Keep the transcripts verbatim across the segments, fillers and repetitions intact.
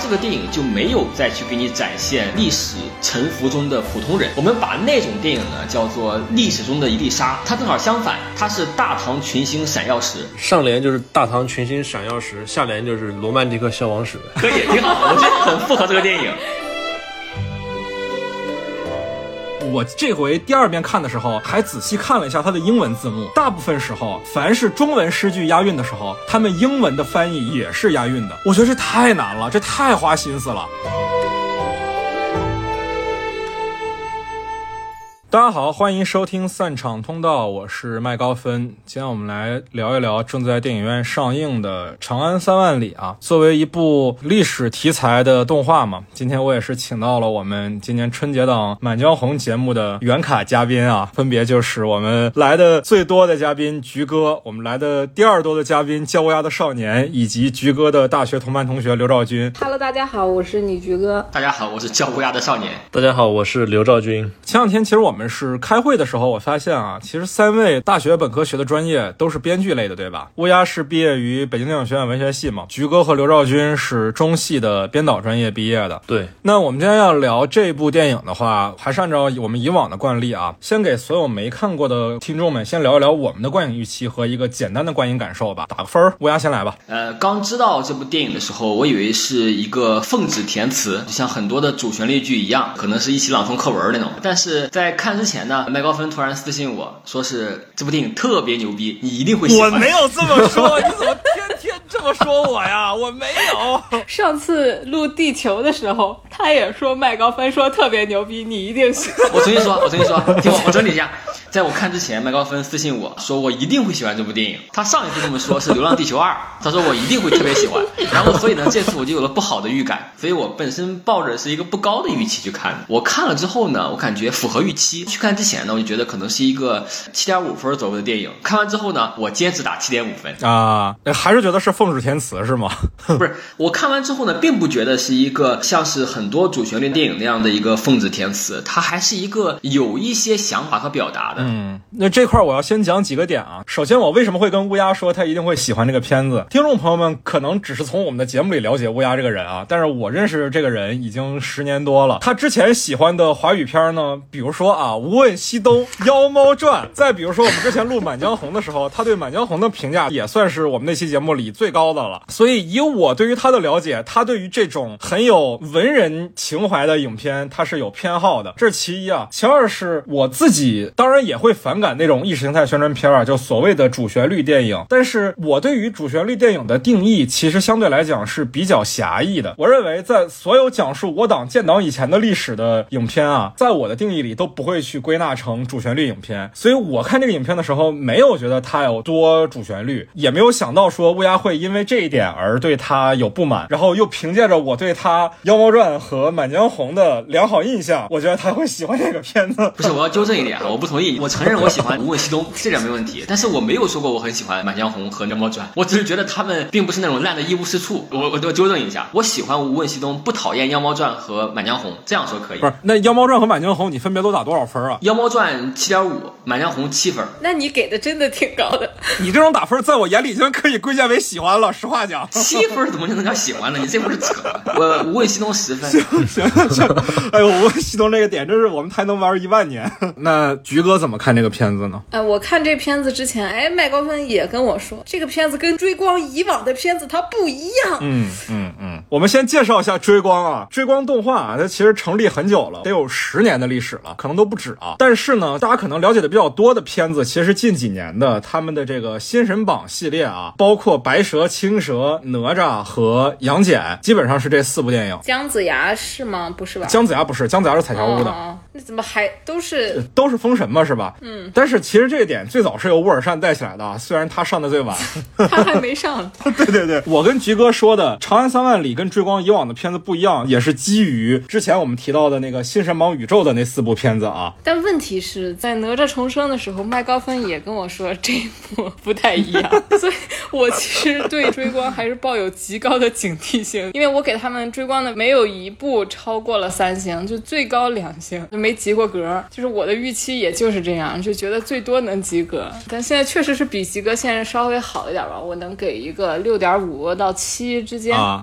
这个电影就没有再去给你展现历史沉浮中的普通人，我们把那种电影呢叫做历史中的一粒沙，它正好相反，它是大唐群星闪耀时。 上联就是大唐群星闪耀时，下联就是罗曼蒂克消亡史。 可以，挺好，我觉得很符合这个电影。 我这回第二遍看的时候还仔细看了一下它的英文字幕，大部分时候凡是中文诗句押韵的时候，他们英文的翻译也是押韵的。我觉得这太难了，这太花心思了。大家好，欢迎收听散场通道，我是麦高芬。今天我们来聊一聊正在电影院上映的《长安三万里》啊，作为一部历史题材的动画嘛，今天我也是请到了我们今年春节档《满江红》节目的原卡嘉宾啊，分别就是我们来的最多的嘉宾菊哥，我们来的第二多的嘉宾焦乌鸦的少年，以及菊哥的大学同班同学刘兆军。 Hello， 大家好，我是你菊哥。 大家好，我是焦乌鸦的少年。 大家好，我是刘兆军。 前两天其实我们我们是开会的时候，我发现啊，其实三位大学本科学的专业都是编剧类的，对吧？乌鸦是毕业于北京电影学院文学系嘛，菊哥和刘兆军是中戏的编导专业毕业的。 对， 那我们今天要聊这部电影的话，还是按照我们以往的惯例啊，先给所有没看过的听众们先聊一聊我们的观影预期和一个简单的观影感受吧，打个分儿。乌鸦先来吧。 呃，刚知道这部电影的时候，我以为是一个奉旨填词，就像很多的主旋律剧一样，可能是一起朗诵课文那种。但是在看之前呢，麦高芬突然私信我说是这部电影特别牛逼，你一定会喜欢。 我没有这么说，你怎么天天这么说我呀？我没有。 上次录地球的时候，他也说麦高芬说特别牛逼，你一定喜欢。 我重新说，我重新说，听我，我整理一下。在我看之前，麦高芬私信我说我一定会喜欢这部电影。他上一次这么说是《流浪地球二》，他说我一定会特别喜欢。然后所以呢，这次我就有了不好的预感，所以我本身抱着是一个不高的预期去看的。我看了之后呢，我感觉符合预期。去看之前呢，我就觉得可能是一个 七点五 分左右的电影。看完之后呢，我坚持打 七点五 分啊，还是觉得是奉旨填词是吗？ 不是，我看完之后呢，并不觉得是一个像是很多主旋律电影那样的一个奉旨填词，它还是一个有一些想法和表达的。 嗯，那这块我要先讲几个点啊。首先，我为什么会跟乌鸦说他一定会喜欢这个片子？听众朋友们可能只是从我们的节目里了解乌鸦这个人啊，但是我认识这个人已经十年多了。他之前喜欢的华语片呢，比如说啊《无问西东》《妖猫传》，再比如说我们之前录《满江红》的时候，他对《满江红》的评价也算是我们那期节目里最高的了。所以以我对于他的了解，他对于这种很有文人情怀的影片他是有偏好的，这是其一啊。其二是我自己当然也会反感那种意识形态宣传片啊，就所谓的主旋律电影，但是我对于主旋律电影的定义其实相对来讲是比较狭义的。我认为在所有讲述我党建党以前的历史的影片啊，在我的定义里都不会去归纳成主旋律影片，所以我看这个影片的时候没有觉得它有多主旋律，也没有想到说乌鸦会因为这一点而对它有不满，然后又凭借着我对它《妖猫传》和《满江红》的良好印象，我觉得他会喜欢这个片子。 不是，我要纠正一点啊，我不同意。我承认我喜欢《无问西东》，这点没问题，但是我没有说过我很喜欢《满江红》和《妖猫传》，我只是觉得他们并不是那种烂的一无是处。我我都纠正一下，我喜欢《无问西东》，不讨厌《妖猫传》和《满江红》，这样说可以。 不是，那《妖猫传》和《满江红》你分别都打多少分啊？ 《妖猫传》七点五，《满江红》七分。 那你给的真的挺高的。 你这种打分在我眼里已经可以归结为喜欢了，实话讲。 七分怎么就能叫喜欢了？你这不是扯？我无问西东十分。 行行行，哎呦，无问西东这个点真是我们才能玩一万年。那菊哥怎么看这个片子呢？ 呃，我看这片子之前，哎，麦高芬也跟我说，这个片子跟追光以往的片子它不一样。 嗯嗯嗯，我们先介绍一下追光啊，追光动画啊，它其实成立很久了，得有十年的历史了，可能都不止啊。但是呢，大家可能了解的比较多的片子，其实近几年的他们的这个新神榜系列啊，包括白蛇、青蛇、哪吒和杨戬，基本上是这四部电影。 姜子牙是吗？不是吧？ 姜子牙不是，姜子牙是彩条屋的。 哦，那怎么还都是都是封神嘛，是吧？嗯。但是其实这一点最早是由沃尔善带起来的，虽然他上的最晚， 他还没上。 对对对，我跟菊哥说的《长安三万里》跟追光以往的片子不一样，也是基于之前我们提到的那个新神榜宇宙的那四部片子啊。 但问题是在哪吒重生的时候，麦高芬也跟我说这一部不太一样，所以我其实对追光还是抱有极高的警惕性，因为我给他们追光的没有一部超过了三星，就最高两星，就没及过格。就是我的预期也就是这样，就觉得最多能及格，但现在确实是比及格线稍微好一点吧，我能给一个六点五到七之间啊啊，六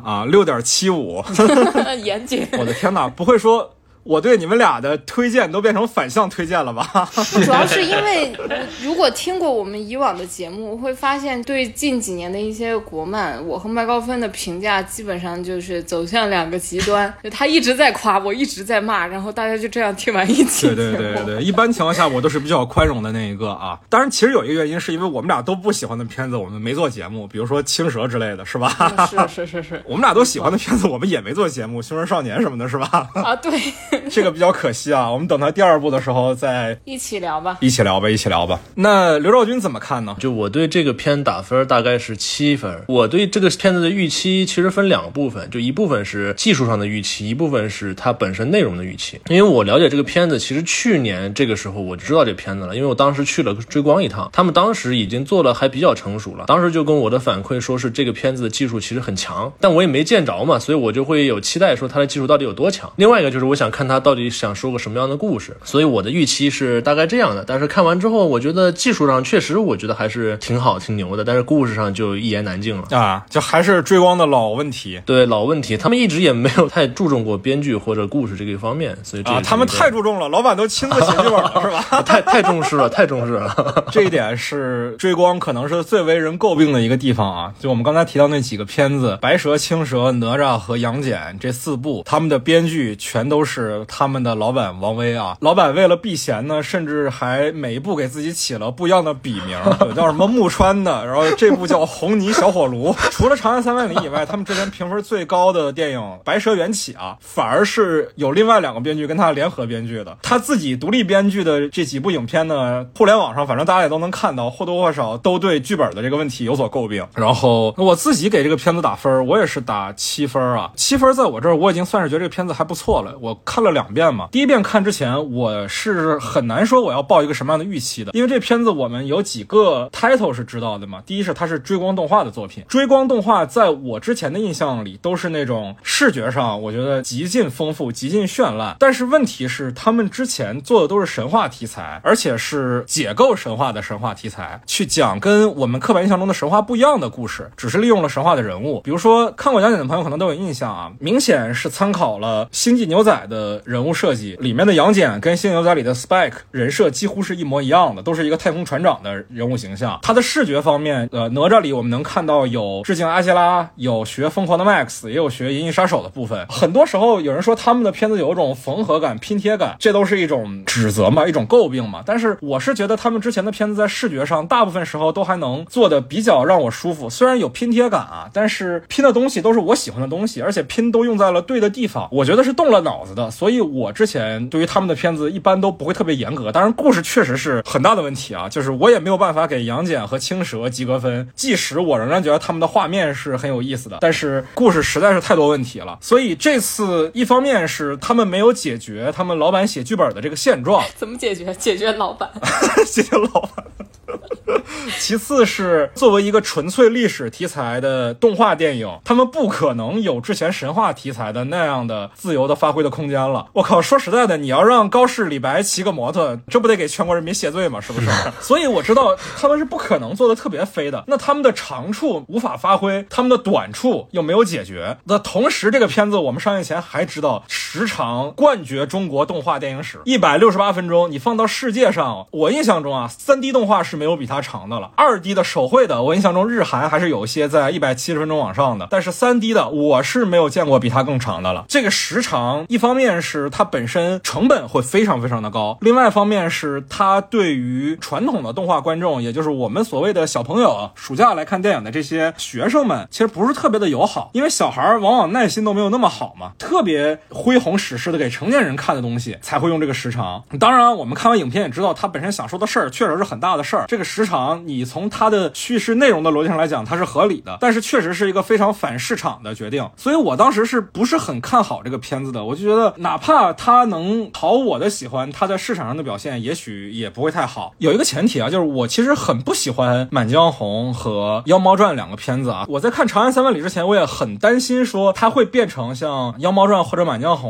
点七五， 严谨。 我的天哪，不会说我对你们俩的推荐都变成反向推荐了吧？ 主要是因为如果听过我们以往的节目，会发现对近几年的一些国漫，我和麦高芬的评价基本上就是走向两个极端，就他一直在夸，我一直在骂，然后大家就这样听完一期节目。 对对对对对，一般情况下我都是比较宽容的那一个啊。当然，其实有一个原因是因为我们俩都不喜欢的片子，我们没做节目，比如说《青蛇》之类的，是吧？ 是是是是， 我们俩都喜欢的片子，我们也没做节目，《凶人少年》什么的，是吧？ 啊，对。 这个比较可惜啊，我们等他第二部的时候再一起聊吧， 一起聊吧，一起聊吧。那刘兆军怎么看呢？ 就我对这个片打分大概是七分。我对这个片子的预期其实分两个部分，就一部分是技术上的预期，一部分是它本身内容的预期。因为我了解这个片子，其实去年这个时候我就知道这片子了，因为我当时去了追光一趟，他们当时已经做了还比较成熟了，当时就跟我的反馈说是这个片子的技术其实很强，但我也没见着嘛，所以我就会有期待说它的技术到底有多强。另外一个就是我想看它到底想说个什么样的故事，所以我的预期是大概这样的。但是看完之后，我觉得技术上确实我觉得还是挺好挺牛的，但是故事上就一言难尽了啊，就还是追光的老问题。 对，老问题，他们一直也没有太注重过编剧或者故事这个方面，所以这啊，他们太注重了，老板都亲自写剧本了，是吧？ 太太重视了，太重视了。 这一点是追光可能是最为人诟病的一个地方啊。就我们刚才提到那几个片子，白蛇、青蛇、哪吒和杨戬这四部，他们的编剧全都是他们的老板王威啊。老板为了避嫌呢，甚至还每一部给自己起了不一样的笔名，有叫什么木川的，然后这部叫红泥小火炉。除了长安三万里以外，他们之前评分最高的电影《白蛇缘起》啊，反而是有另外两个编剧跟他联合编剧的。他自己独立编剧的这几部影片呢，互联网上反正大家也都能看到，或多或少都对剧本的这个问题有所诟病。然后我自己给这个片子打分，我也是打七分啊。七分在我这儿我已经算是觉得这个片子还不错了。我看了两遍嘛，第一遍看之前我是很难说我要抱一个什么样的预期的，因为这片子我们有几个 title 是知道的嘛。第一是它是追光动画的作品，追光动画在我之前的印象里都是那种视觉上我觉得极尽丰富极尽绚烂，但是问题是他们之前做的都是神话题材，而且是解构神话的神话题材，去讲跟我们刻板印象中的神话不一样的故事，只是利用了神话的人物。比如说看过杨戬的朋友可能都有印象啊，明显是参考了星际牛仔的人物设计，里面的杨戬跟星际牛仔里的 Spike 人设几乎是一模一样的，都是一个太空船长的人物形象。他的视觉方面，呃，哪吒里我们能看到有致敬阿基拉，有学疯狂的 Max， 也有学银翼杀手的部分。很多时候有人说他们的片子有一种缝合感拼贴感，这都是一种指责嘛，一种诟病嘛。但是我是觉得他们之前的片子在视觉上大部分时候都还能做的比较让我舒服，虽然有拼贴感啊，但是拼的东西都是我喜欢的东西，而且拼都用在了对的地方，我觉得是动了脑子的。所以我之前对于他们的片子一般都不会特别严格，当然故事确实是很大的问题啊，就是我也没有办法给杨戬和青蛇及格分，即使我仍然觉得他们的画面是很有意思的，但是故事实在是太多问题了。所以这次一方面是他们没有解决他们老板写剧本的这个现状， 怎么解决？解决老板解决老板其次是作为一个纯粹历史题材的动画电影，他们不可能有之前神话题材的那样的自由的发挥的空间了。我靠，说实在的，你要让高适李白骑个摩托，这不得给全国人民谢罪吗？是不是？所以我知道他们是不可能做的特别飞的，那他们的长处无法发挥，他们的短处又没有解决。那同时这个片子我们上映前还知道时长冠绝中国动画电影史，一百六十八分钟，你放到世界上，我印象中啊 三 D 动画是没有比它长的了， 二 D 的手绘的我印象中日韩还是有一些在一百七十分钟往上的，但是 三 D 的我是没有见过比它更长的了。这个时长一方面是它本身成本会非常非常的高，另外一方面是它对于传统的动画观众，也就是我们所谓的小朋友暑假来看电影的这些学生们，其实不是特别的友好，因为小孩往往耐心都没有那么好嘛，特别恢弘史诗的给成年人看的东西才会用这个时长。当然我们看完影片也知道它本身想说的事儿确实是很大的事儿，这个时长你从它的叙事内容的逻辑上来讲它是合理的，但是确实是一个非常反市场的决定，所以我当时是不是很看好这个片子的。我就觉得哪怕它能讨我的喜欢，它在市场上的表现也许也不会太好。有一个前提啊，就是我其实很不喜欢满江红和妖猫传两个片子啊。我在看长安三万里之前我也很担心说它会变成像妖猫传或者满江红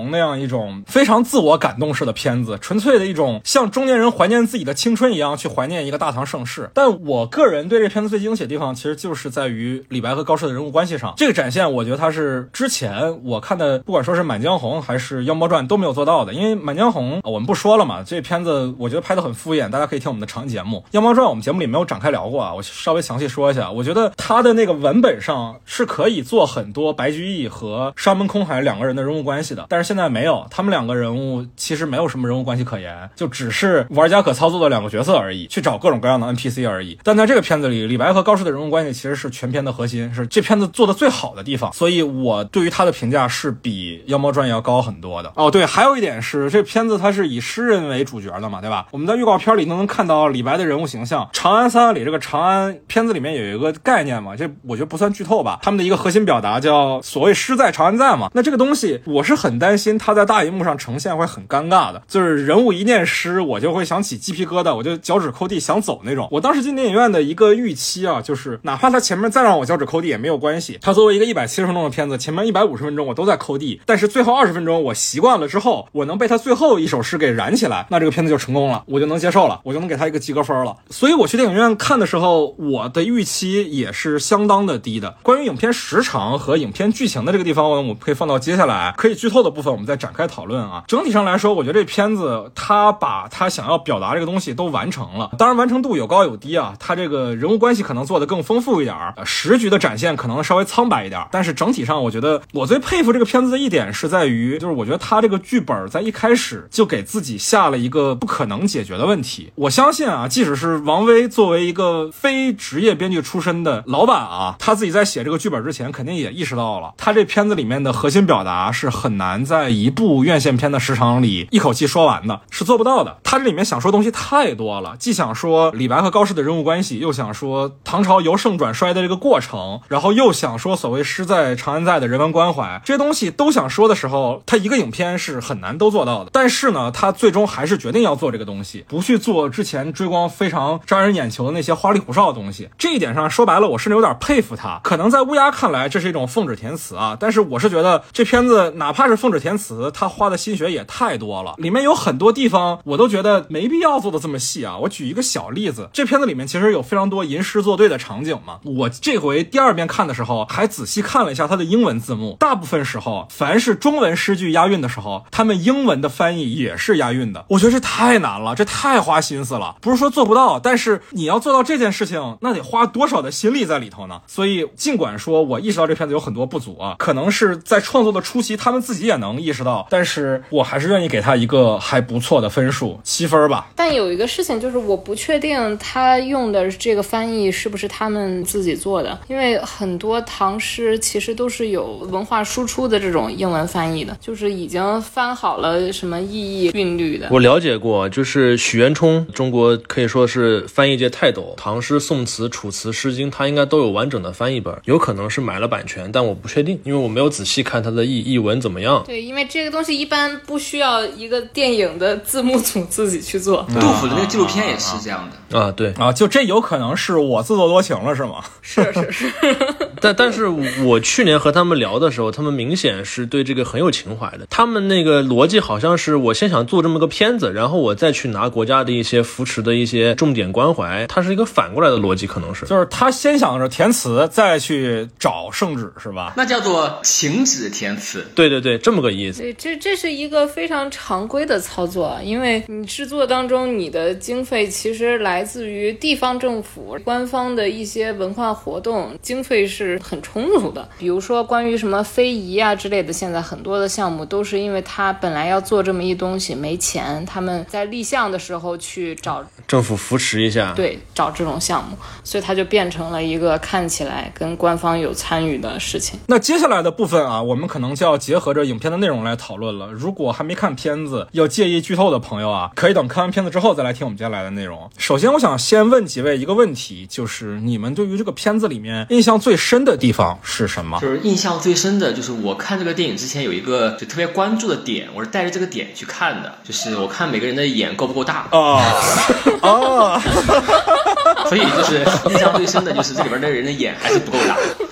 红那样一种非常自我感动式的片子，纯粹的一种像中年人怀念自己的青春一样去怀念一个大唐盛世。但我个人对这片子最惊喜的地方其实就是在于李白和高适的人物关系上，这个展现我觉得它是之前我看的不管说是满江红还是妖猫传都没有做到的。因为满江红我们不说了嘛，这片子我觉得拍得很敷衍，大家可以听我们的长节目。妖猫传我们节目里没有展开聊过啊，我稍微详细说一下。我觉得它的那个文本上是可以做很多白居易和沙门空海两个人的人物关系的，但是现在没有，他们两个人物其实没有什么人物关系可言，就只是玩家可操作的两个角色而已，去找各种各样的 N P C 而已。但在这个片子里，李白和高适的人物关系其实是全片的核心，是这片子做的最好的地方，所以我对于他的评价是比妖猫传要高很多的。哦，对，还有一点是这片子它是以诗人为主角的嘛，对吧？我们在预告片里都能看到李白的人物形象。长安三万里这个长安片子里面有一个概念嘛，这我觉得不算剧透吧，他们的一个核心表达叫所谓诗在长安在嘛。那这个东西我是很担心它在大荧幕上呈现会很尴尬的，就是人物一念诗我就会想起鸡皮疙瘩，我就脚趾抠地想走那种。我当时进电影院的一个预期啊，就是哪怕他前面再让我脚趾抠地也没有关系，他作为一个一百七十分钟的片子，前面一百五十分钟我都在抠地，但是最后二十分钟我习惯了之后，我能被他最后一首诗给燃起来，那这个片子就成功了，我就能接受了，我就能给他一个及格分了。所以我去电影院看的时候，我的预期也是相当的低的。关于影片时长和影片剧情的这个地方，我可以放到接下来可以剧透的部分我们再展开讨论啊。整体上来说，我觉得这片子他把他想要表达这个东西都完成了，当然完成度有高有低啊，他这个人物关系可能做得更丰富一点，时局的展现可能稍微苍白一点，但是整体上我觉得我最佩服这个片子的一点是在于，就是我觉得他这个剧本在一开始就给自己下了一个不可能解决的问题。我相信啊，即使是王威作为一个非职业编剧出身的老板啊，他自己在写这个剧本之前肯定也意识到了，他这片子里面的核心表达是很难在一部院线片的时长里一口气说完的，是做不到的。他这里面想说东西太多了，既想说李白和高适的人物关系，又想说唐朝由盛转衰的这个过程，然后又想说所谓诗在长安在的人文关怀，这些东西都想说的时候，他一个影片是很难都做到的。但是呢，他最终还是决定要做这个东西，不去做之前追光非常抓人眼球的那些花里胡哨的东西。这一点上说白了，我甚至有点佩服他。可能在乌鸦看来这是一种奉旨填词啊，但是我是觉得这片子哪怕是奉旨填词，他花的心血也太多了，里面有很多地方我都觉得没必要做的这么细啊。我举一个小例子，这片子里面其实有非常多吟诗作对的场景嘛，我这回第二遍看的时候还仔细看了一下它的英文字幕，大部分时候凡是中文诗句押韵的时候，他们英文的翻译也是押韵的。我觉得这太难了，这太花心思了，不是说做不到，但是你要做到这件事情，那得花多少的心力在里头呢？所以尽管说我意识到这片子有很多不足啊，可能是在创作的初期他们自己也能意识到，但是我还是愿意给他一个还不错的分数，七分吧。 但有一个事情就是我不确定他用的这个翻译是不是他们自己做的，因为很多唐诗其实都是有文化输出的这种英文翻译的，就是已经翻好了什么意义韵律的。 我了解过，就是许渊冲，中国可以说是翻译界泰斗，唐诗、宋词、楚辞、诗经他应该都有完整的翻译本，有可能是买了版权，但我不确定，因为我没有仔细看他的译译文怎么样。 对，因为这个东西一般不需要一个电影的字幕组自己去做。 杜甫的那个纪录片也是这样的啊，对啊，就这有可能是我自作多情了，是吗？ 是是是。 但但是我去年和他们聊的时候，他们明显是对这个很有情怀的。他们那个逻辑好像是我先想做这么个片子，然后我再去拿国家的一些扶持的一些重点关怀，它是一个反过来的逻辑，可能是就是他先想着填词，再去找圣旨，是吧？ 那叫做请旨填词。 对对对，这么个意思。 对，这这是一个非常常规的操作，因为你制作当中你的经费其实来自于地方政府官方的一些文化活动，经费是很充足的。比如说关于什么非遗啊之类的，现在很多的项目都是因为他本来要做这么一东西没钱，他们在立项的时候去找政府扶持一下， 对，找这种项目，所以它就变成了一个看起来跟官方有参与的事情。 那接下来的部分啊，我们可能就要结合着影片的内容来讨论了。如果还没看片子又介意剧透的朋友啊，可以等看完片子之后再来听我们接下来的内容。首先我想先问几位一个问题，就是你们对于这个片子里面印象最深的地方是什么？ 就是印象最深的就是我看这个电影之前有一个就特别关注的点，我是带着这个点去看的，就是我看每个人的眼够不够大哦哦， 所以就是印象最深的就是这里边的人的眼还是不够大。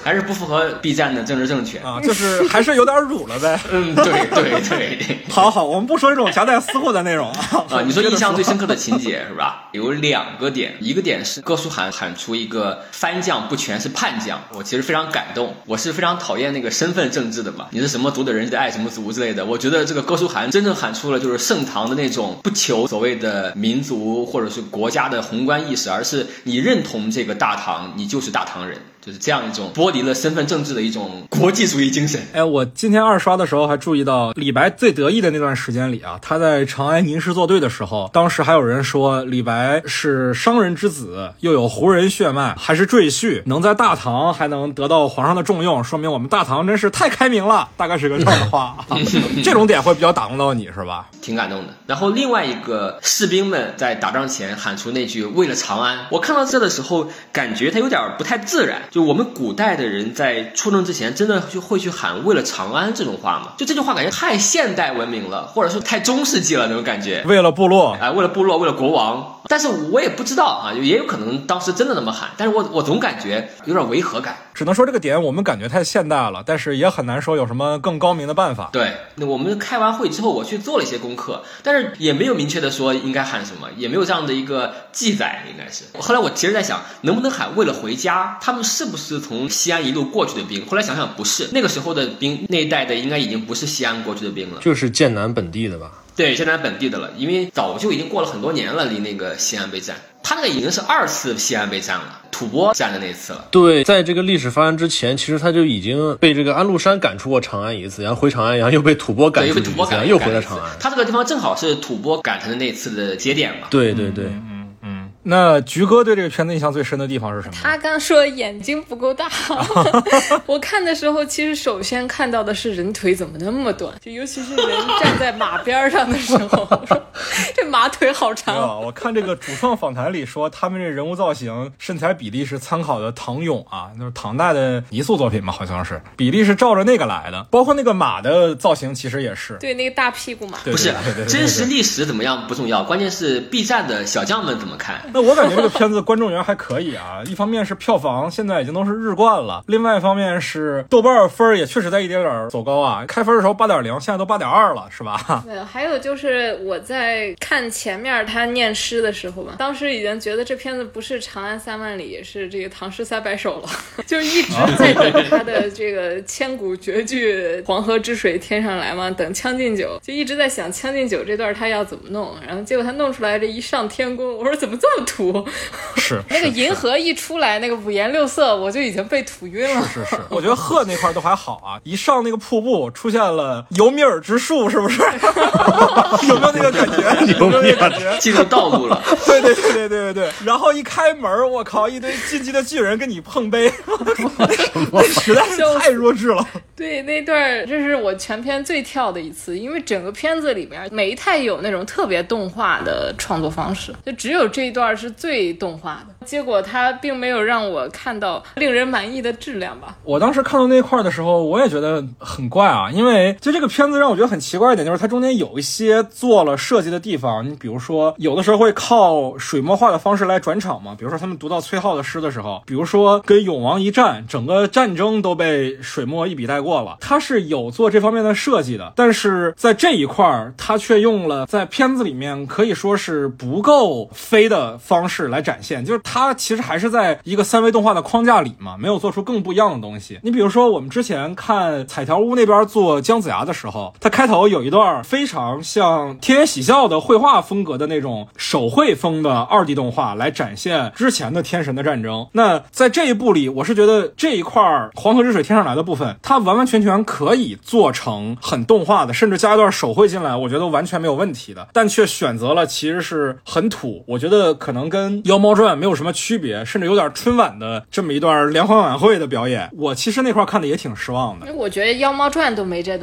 还是不符合 B 站的政治正确啊，就是还是有点辱了呗。 嗯，对对对。 好好，我们不说这种夹带私货的内容啊。 啊，你说印象最深刻的情节是吧？有两个点，一个点是哥舒翰喊出一个番将不全是叛将，我其实非常感动。我是非常讨厌那个身份政治的嘛，你是什么族的人就得爱什么族之类的。我觉得这个哥舒翰真正喊出了就是盛唐的那种不求所谓的民族或者是国家的宏观意识，而是你认同这个大唐，你就是大唐人。就是这样一种剥离了身份政治的一种国际主义精神。 哎，我今天二刷的时候还注意到，李白最得意的那段时间里啊，他在长安吟诗作对的时候，当时还有人说李白是商人之子，又有胡人血脉，还是赘婿，能在大唐还能得到皇上的重用，说明我们大唐真是太开明了，大概是个这样的话。这种点会比较打动到你是吧？ 挺感动的。然后另外一个士兵们在打仗前喊出那句为了长安，我看到这的时候感觉他有点不太自然。就我们古代的人在出征之前真的就会去喊为了长安这种话吗？就这句话感觉太现代文明了，或者说太中世纪了那种感觉。 为了部落， 哎，为了部落，为了国王。但是我也不知道啊，也有可能当时真的那么喊，但是我我总感觉有点违和感。 只能说这个点我们感觉太现代了，但是也很难说有什么更高明的办法。 对，那我们开完会之后，我去做了一些功课，但是也没有明确的说应该喊什么，也没有这样的一个记载，应该是。后来我其实在想，能不能喊为了回家？他们是不是从西安一路过去的兵？后来想想不是，那个时候的兵，那一代的应该已经不是西安过去的兵了， 就是剑南本地的吧？ 对，剑南本地的了，因为早就已经过了很多年了，离那个西安备战，他那个已经是二次西安备战了，吐蕃战的那次了。 对，在这个历史发生之前，其实他就已经被这个安禄山赶出过长安一次，然后回长安，然后又被吐蕃赶出一次，又回了长安。 他这个地方正好是吐蕃赶他的那次的节点嘛。 对对对。 嗯嗯嗯。那菊哥对这个片子印象最深的地方是什么？ 他刚说眼睛不够大。我看的时候其实首先看到的是人腿怎么那么短，就尤其是人站在马边上的时候，我说这马腿好长。 啊，我看这个主创访谈里说他们这人物造型身材比例是参考的唐俑啊，就是唐代的泥塑作品嘛，好像是比例是照着那个来的，包括那个马的造型其实也是。 对，那个大屁股马。 不是真实历史怎么样不重要，关键是 B 站的小将们怎么看。 那我感觉这个片子观众缘还可以啊，一方面是票房现在已经都是日冠了，另外一方面是豆瓣分也确实在一点点走高啊，开分的时候 八点零， 现在都 八点二 了是吧？ 对，还有就是我在看前面他念诗的时候吧，当时已经觉得这片子不是长安三万里，也是这个唐诗三百首了，就一直在等他的这个千古绝句黄河之水天上来嘛，等将进酒，就一直在想将进酒这段他要怎么弄，然后结果他弄出来这一上天宫，我说怎么这么土。 是那个银河一出来，那个五颜六色，我就已经被土晕了。 是是是，我觉得鹤那块都还好啊，一上那个瀑布出现了尤米尔之树，是不是？有没有那个感觉？有没有那个感觉？ 进入道路了。 对对对对对对对。然后一开门，我靠，一堆进击的巨人跟你碰杯，实在是太弱智了。 对，那段这是我全片最跳的一次，因为整个片子里边没太有那种特别动画的创作方式，就只有这一段是最动画的，结果它并没有让我看到令人满意的质量吧。 我当时看到那块的时候，我也觉得很怪啊，因为就这个片子让我觉得很奇怪一点，就是它中间有一些做了设计的地方，你比如说有的时候会靠水墨画的方式来转场嘛，比如说他们读到崔颢的诗的时候，比如说跟永王一战，整个战争都被水墨一笔带过了，它是有做这方面的设计的，但是在这一块它却用了在片子里面可以说是不够飞的方式来展现，就是它其实还是在一个三维动画的框架里嘛，没有做出更不一样的东西。你比如说我们之前看彩条屋那边做姜子牙的时候，它开头有一段非常像天元喜孝的绘画风格的那种手绘风的二 D 动画来展现之前的天神的战争。那在这一部里，我是觉得这一块黄河之水天上来的部分，它完完全全可以做成很动画的，甚至加一段手绘进来，我觉得完全没有问题的，但却选择了其实是很土，我觉得可能跟妖猫传没有什么区别，甚至有点春晚的这么一段联欢晚会的表演，我其实那块看的也挺失望的。 我觉得妖猫传都没这段土，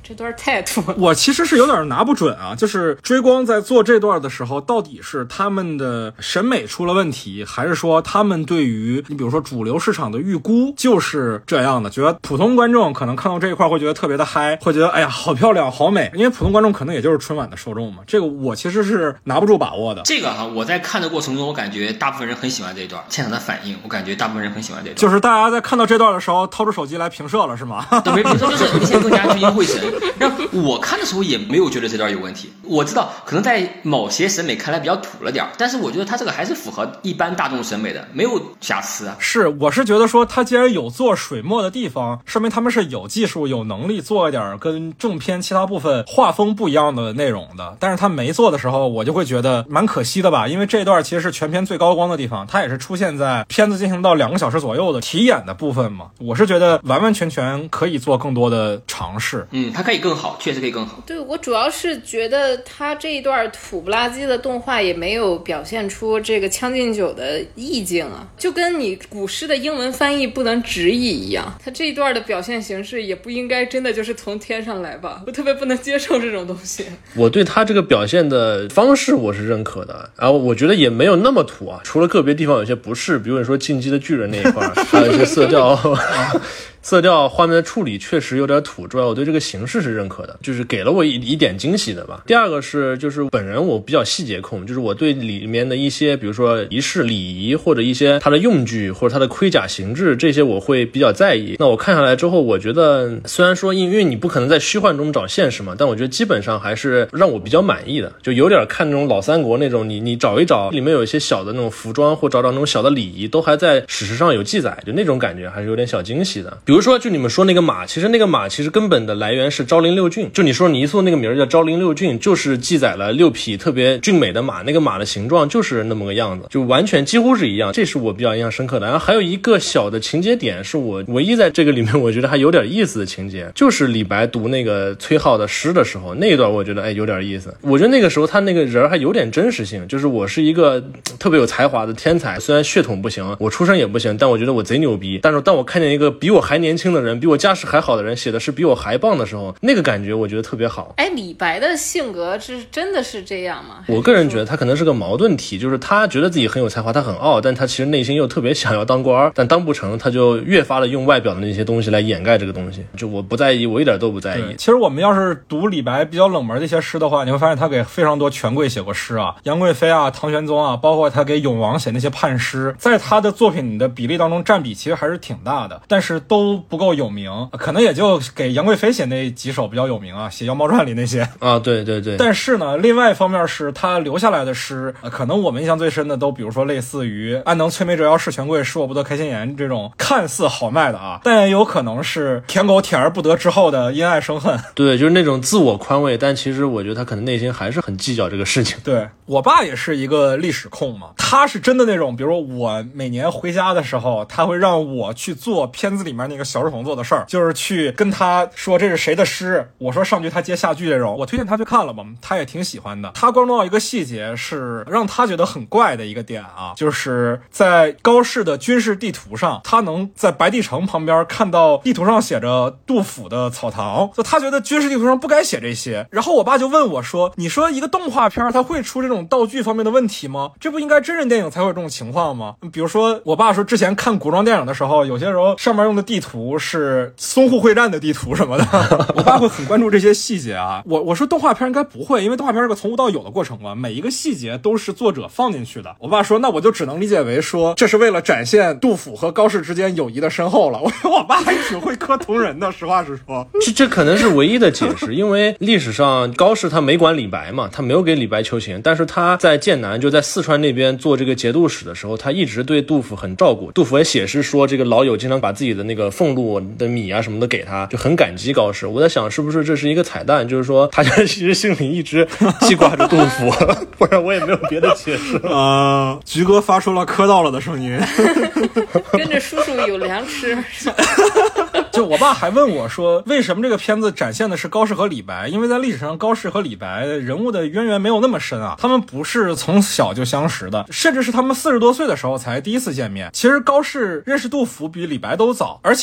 这段太土了。 我其实是有点拿不准啊，就是追光在做这段的时候，到底是他们的审美出了问题，还是说他们对于你比如说主流市场的预估就是这样的，觉得普通观众可能看到这一块会觉得特别的嗨，会觉得哎呀好漂亮好美，因为普通观众可能也就是春晚的受众嘛，这个我其实是拿不住把握的。 这个哈，我在看的过程中，我感觉大部分人很喜欢这一段，现场的反应，我感觉大部分人很喜欢这一段， 就是大家在看到这段的时候掏出手机来评射了是吗？ 对，没评射，就是明显更加聚精会神。让我看的时候也没有觉得这段有问题，我知道可能在某些审美看来比较土了点，但是我觉得他这个还是符合一般大众审美的，没有瑕疵啊。 是，我是觉得说他既然有做水墨的地方，说明他们是有技术有能力做一点跟正片其他部分画风不一样的内容的，但是他没做的时候，我就会觉得蛮可惜的吧，因为这一段其实是全片最高光的地方，它也是出现在片子进行到两个小时左右的题演的部分嘛，我是觉得完完全全可以做更多的尝试。 嗯，它可以更好，确实可以更好。 对，我主要是觉得他这一段土不拉几的动画也没有表现出这个《将进酒》的意境啊，就跟你古诗的英文翻译不能直译一样，他这一段的表现形式也不应该真的就是从天上来吧，我特别不能接受这种东西。 我对他这个表现的方式我是认可的，然后我觉得也没有那么土啊，除了个别地方有些不是，比如你说进击的巨人那一块还有一些色调色调画面的处理确实有点土之外，我对这个形式是认可的，就是给了我一一点惊喜的吧。第二个是就是本人我比较细节控，就是我对里面的一些比如说仪式礼仪或者一些它的用具或者它的盔甲形制，这些我会比较在意。那我看下来之后，我觉得虽然说因为你不可能在虚幻中找现实嘛，但我觉得基本上还是让我比较满意的，就有点看那种老三国那种你你找一找里面有一些小的那种服装或找找那种小的礼仪都还在史实上有记载，就那种感觉还是有点小惊喜的。比如说就你们说那个马，其实那个马其实根本的来源是昭陵六骏，就你说泥塑那个名叫昭陵六骏，就是记载了六匹特别俊美的马，那个马的形状就是那么个样子，就完全几乎是一样，这是我比较印象深刻的。然后还有一个小的情节点是我唯一在这个里面我觉得还有点意思的情节，就是李白读那个崔颢的诗的时候，那一段我觉得哎有点意思。我觉得那个时候他那个人还有点真实性，就是我是一个特别有才华的天才，虽然血统不行，我出身也不行，但我觉得我贼牛逼。但是当我看见一个比我还年轻的人，比我家世还好的人写的是比我还棒的时候，那个感觉我觉得特别好。 哎，李白的性格是真的是这样吗？ 我个人觉得他可能是个矛盾体，就是他觉得自己很有才华，他很傲，但他其实内心又特别想要当官，但当不成，他就越发的用外表的那些东西来掩盖这个东西。就我不在意，我一点都不在意。 其实我们要是读李白比较冷门的一些诗的话，你会发现他给非常多权贵写过诗啊，杨贵妃啊、唐玄宗啊，包括他给永王写那些判诗，在他的作品的比例当中占比其实还是挺大的，但是都不够有名，可能也就给杨贵妃写那几首比较有名啊，写《妖猫传》里那些啊，对对对。 但是呢，另外一方面是他留下来的诗，呃、可能我们印象最深的都比如说类似于安能摧眉折腰事权贵，使我不得开心颜这种看似好卖的啊，但也有可能是舔狗舔而不得之后的因爱生恨。 对，就是那种自我宽慰，但其实我觉得他可能内心还是很计较这个事情。 对，我爸也是一个历史控嘛，他是真的那种，比如说我每年回家的时候，他会让我去做片子里面那个小时候做的事儿，就是去跟他说这是谁的诗，我说上句他接下句这种，我推荐他去看了嘛，他也挺喜欢的。他关注到一个细节是让他觉得很怪的一个点啊，就是在高适的军事地图上，他能在白帝城旁边看到地图上写着杜甫的草堂，所以他觉得军事地图上不该写这些。然后我爸就问我说，你说一个动画片它会出这种道具方面的问题吗？这不应该真人电影才会有这种情况吗？比如说我爸说之前看古装电影的时候，有些时候上面用的地图是淞沪会战的地图什么的我爸会很关注这些细节啊。我我说动画片应该不会，因为动画片是个从无到有的过程嘛，每一个细节都是作者放进去的。我爸说那我就只能理解为说这是为了展现杜甫和高适之间友谊的深厚了。我说我爸还挺会磕同人的，实话实说。 这这可能是唯一的解释，因为历史上高适他没管李白嘛，他没有给李白求情，但是他在剑南就在四川那边做这个节度使的时候，他一直对杜甫很照顾。杜甫也写诗说这个老友经常把自己的那个俸禄的米啊什么的给他，就很感激高适。我在想是不是这是一个彩蛋，就是说他其实心里一直记挂着杜甫不然我也没有别的解释了。 呃，菊哥发出了磕到了的声音跟着叔叔有粮吃就我爸还问我说为什么这个片子展现的是高适和李白，因为在历史上高适和李白人物的渊源没有那么深啊，他们不是从小就相识的，甚至是他们四十多岁的时候才第一次见面。其实高适认识杜甫比李白都早，而且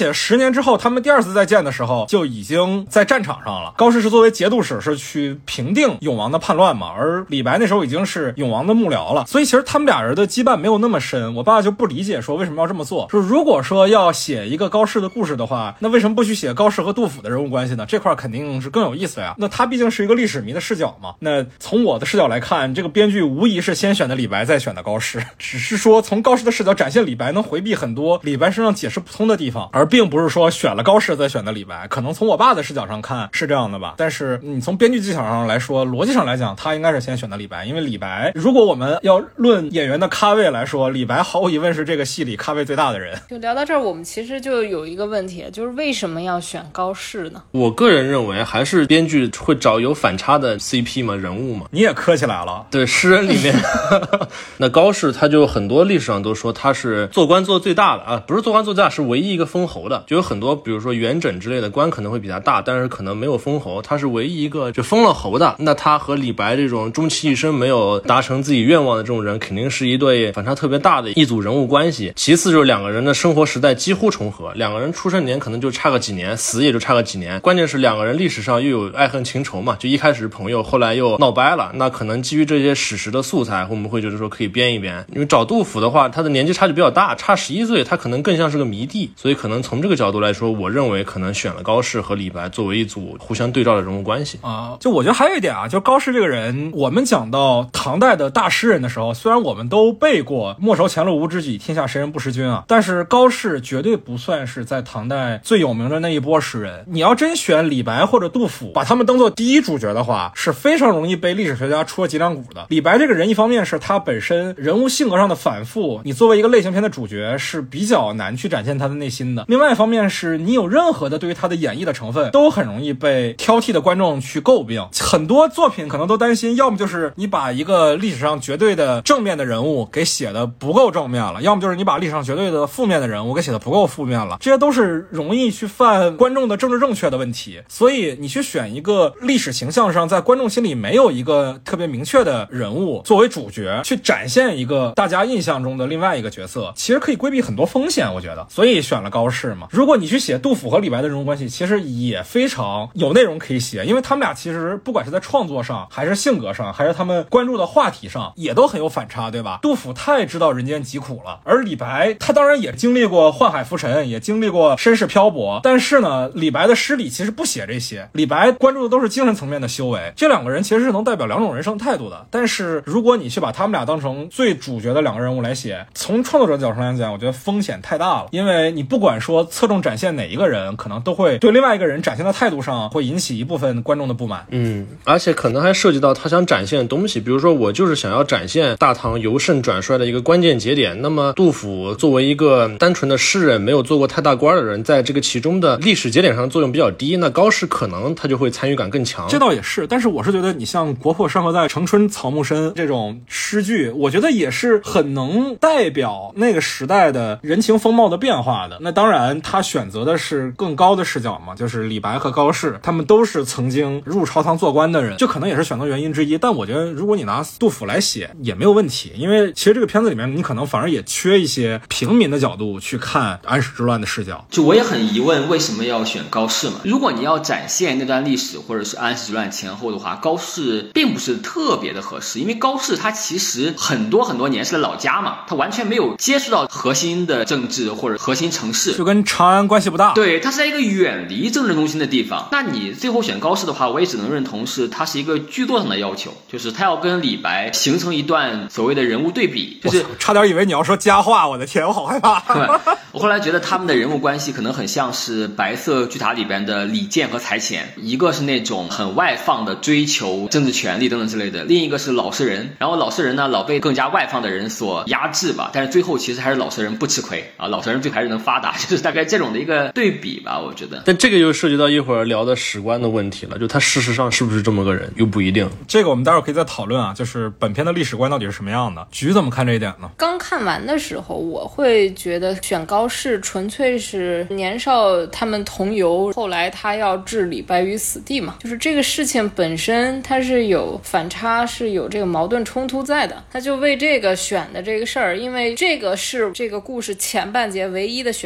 且十年之后他们第二次再见的时候就已经在战场上了。高适是作为节度使是去平定永王的叛乱嘛，而李白那时候已经是永王的幕僚了，所以其实他们俩人的羁绊没有那么深。我爸就不理解说为什么要这么做，说如果说要写一个高适的故事的话，那为什么不去写高适和杜甫的人物关系呢？这块肯定是更有意思呀。那他毕竟是一个历史迷的视角嘛，那从我的视角来看，这个编剧无疑是先选的李白再选的高适，只是说从高适的视角展现李白能回避很多李白身上解释不通的地方，而并不是说选了高适再选的李白。可能从我爸的视角上看是这样的吧，但是你从编剧技巧上来说，逻辑上来讲，他应该是先选的李白。因为李白，如果我们要论演员的咖位来说，李白毫无疑问是这个戏里咖位最大的人。 就聊到这儿，我们其实就有一个问题，就是为什么要选高适呢？ 我个人认为还是编剧会找有反差的 C P 嘛，人物嘛。 你也磕起来了。 对，诗人里面那高适他就很多历史上都说他是做官做最大的啊，不是做官做最大，是唯一一个封侯的。就有很多比如说元稹之类的官可能会比他大，但是可能没有封侯，他是唯一一个就封了侯的。那他和李白这种终其一生没有达成自己愿望的这种人，肯定是一对反差特别大的一组人物关系。其次就是两个人的生活时代几乎重合，两个人出生年可能就差个几年，死也就差个几年。关键是两个人历史上又有爱恨情仇嘛，就一开始朋友，后来又闹掰了。那可能基于这些史实的素材，我们会觉得说可以编一编。因为找杜甫的话，他的年纪差距比较大，差十一岁，他可能更像是个迷弟，所以可能从这个角度来说，我认为可能选了高适和李白作为一组互相对照的人物关系啊。就我觉得还有一点啊，就高适这个人，我们讲到唐代的大诗人的时候，虽然我们都背过莫愁前路无知己，天下谁人不识君啊，但是高适绝对不算是在唐代最有名的那一波诗人。你要真选李白或者杜甫，把他们当做第一主角的话，是非常容易被历史学家戳脊梁骨的。李白这个人，一方面是他本身人物性格上的反复，你作为一个类型片的主角是比较难去展现他的内心的；另外一方面是你有任何的对于他的演绎的成分，都很容易被挑剔的观众去诟病。很多作品可能都担心，要么就是你把一个历史上绝对的正面的人物给写的不够正面了，要么就是你把历史上绝对的负面的人物给写的不够负面了，这些都是容易去犯观众的政治正确的问题。所以你去选一个历史形象上在观众心里没有一个特别明确的人物作为主角，去展现一个大家印象中的另外一个角色，其实可以规避很多风险，我觉得。所以选了高适嘛。如果你去写杜甫和李白的人物关系，其实也非常有内容可以写，因为他们俩其实不管是在创作上还是性格上还是他们关注的话题上也都很有反差，对吧？杜甫太知道人间疾苦了，而李白他当然也经历过宦海浮沉，也经历过身世漂泊，但是呢李白的诗里其实不写这些，李白关注的都是精神层面的修为。这两个人其实是能代表两种人生态度的，但是如果你去把他们俩当成最主角的两个人物来写，从创作者角度上来讲，我觉得风险太大了。因为你不管说侧重展现哪一个人，可能都会对另外一个人展现的态度上会引起一部分观众的不满。 嗯，而且可能还涉及到他想展现的东西，比如说我就是想要展现大唐由盛转衰的一个关键节点，那么杜甫作为一个单纯的诗人，没有做过太大官的人，在这个其中的历史节点上的作用比较低，那高适可能他就会参与感更强。 这倒也是，但是我是觉得你像国破山河在，城春草木深这种诗句，我觉得也是很能代表那个时代的人情风貌的变化的。那当然他选择的是更高的视角嘛，就是李白和高适他们都是曾经入朝堂做官的人，这可能也是选择原因之一。但我觉得如果你拿杜甫来写也没有问题，因为其实这个片子里面你可能反而也缺一些平民的角度去看安史之乱的视角。 就我也很疑问为什么要选高适嘛？如果你要展现那段历史或者是安史之乱前后的话，高适并不是特别的合适，因为高适他其实很多很多年是在老家嘛，他完全没有接触到核心的政治或者核心城市， 就跟长安关系不大。 对，他是在一个远离政治中心的地方。那你最后选高适的话，我也只能认同是他是一个剧作上的要求，就是他要跟李白形成一段所谓的人物对比，就是差点以为你要说佳话，我的天，我好害怕。 我后来觉得他们的人物关系可能很像是白色巨塔里边的李健和才潜，一个是那种很外放的追求政治权利等等之类的，另一个是老实人，然后老实人呢老被更加外放的人所压制吧，但是最后其实还是老实人不吃亏啊，老实人最后还是能发达，就是大概这种的一个对比吧，我觉得。 但这个又涉及到一会儿聊的史观的问题了，就他事实上是不是这么个人又不一定， 这个我们待会儿可以再讨论啊，就是本片的历史观到底是什么样的。菊怎么看这一点呢？ 刚看完的时候我会觉得选高适纯粹是年少他们同游，后来他要置李白于死地嘛，就是这个事情本身它是有反差，是有这个矛盾冲突在的，他就为这个选的这个事儿，因为这个是这个故事前半节唯一的悬念，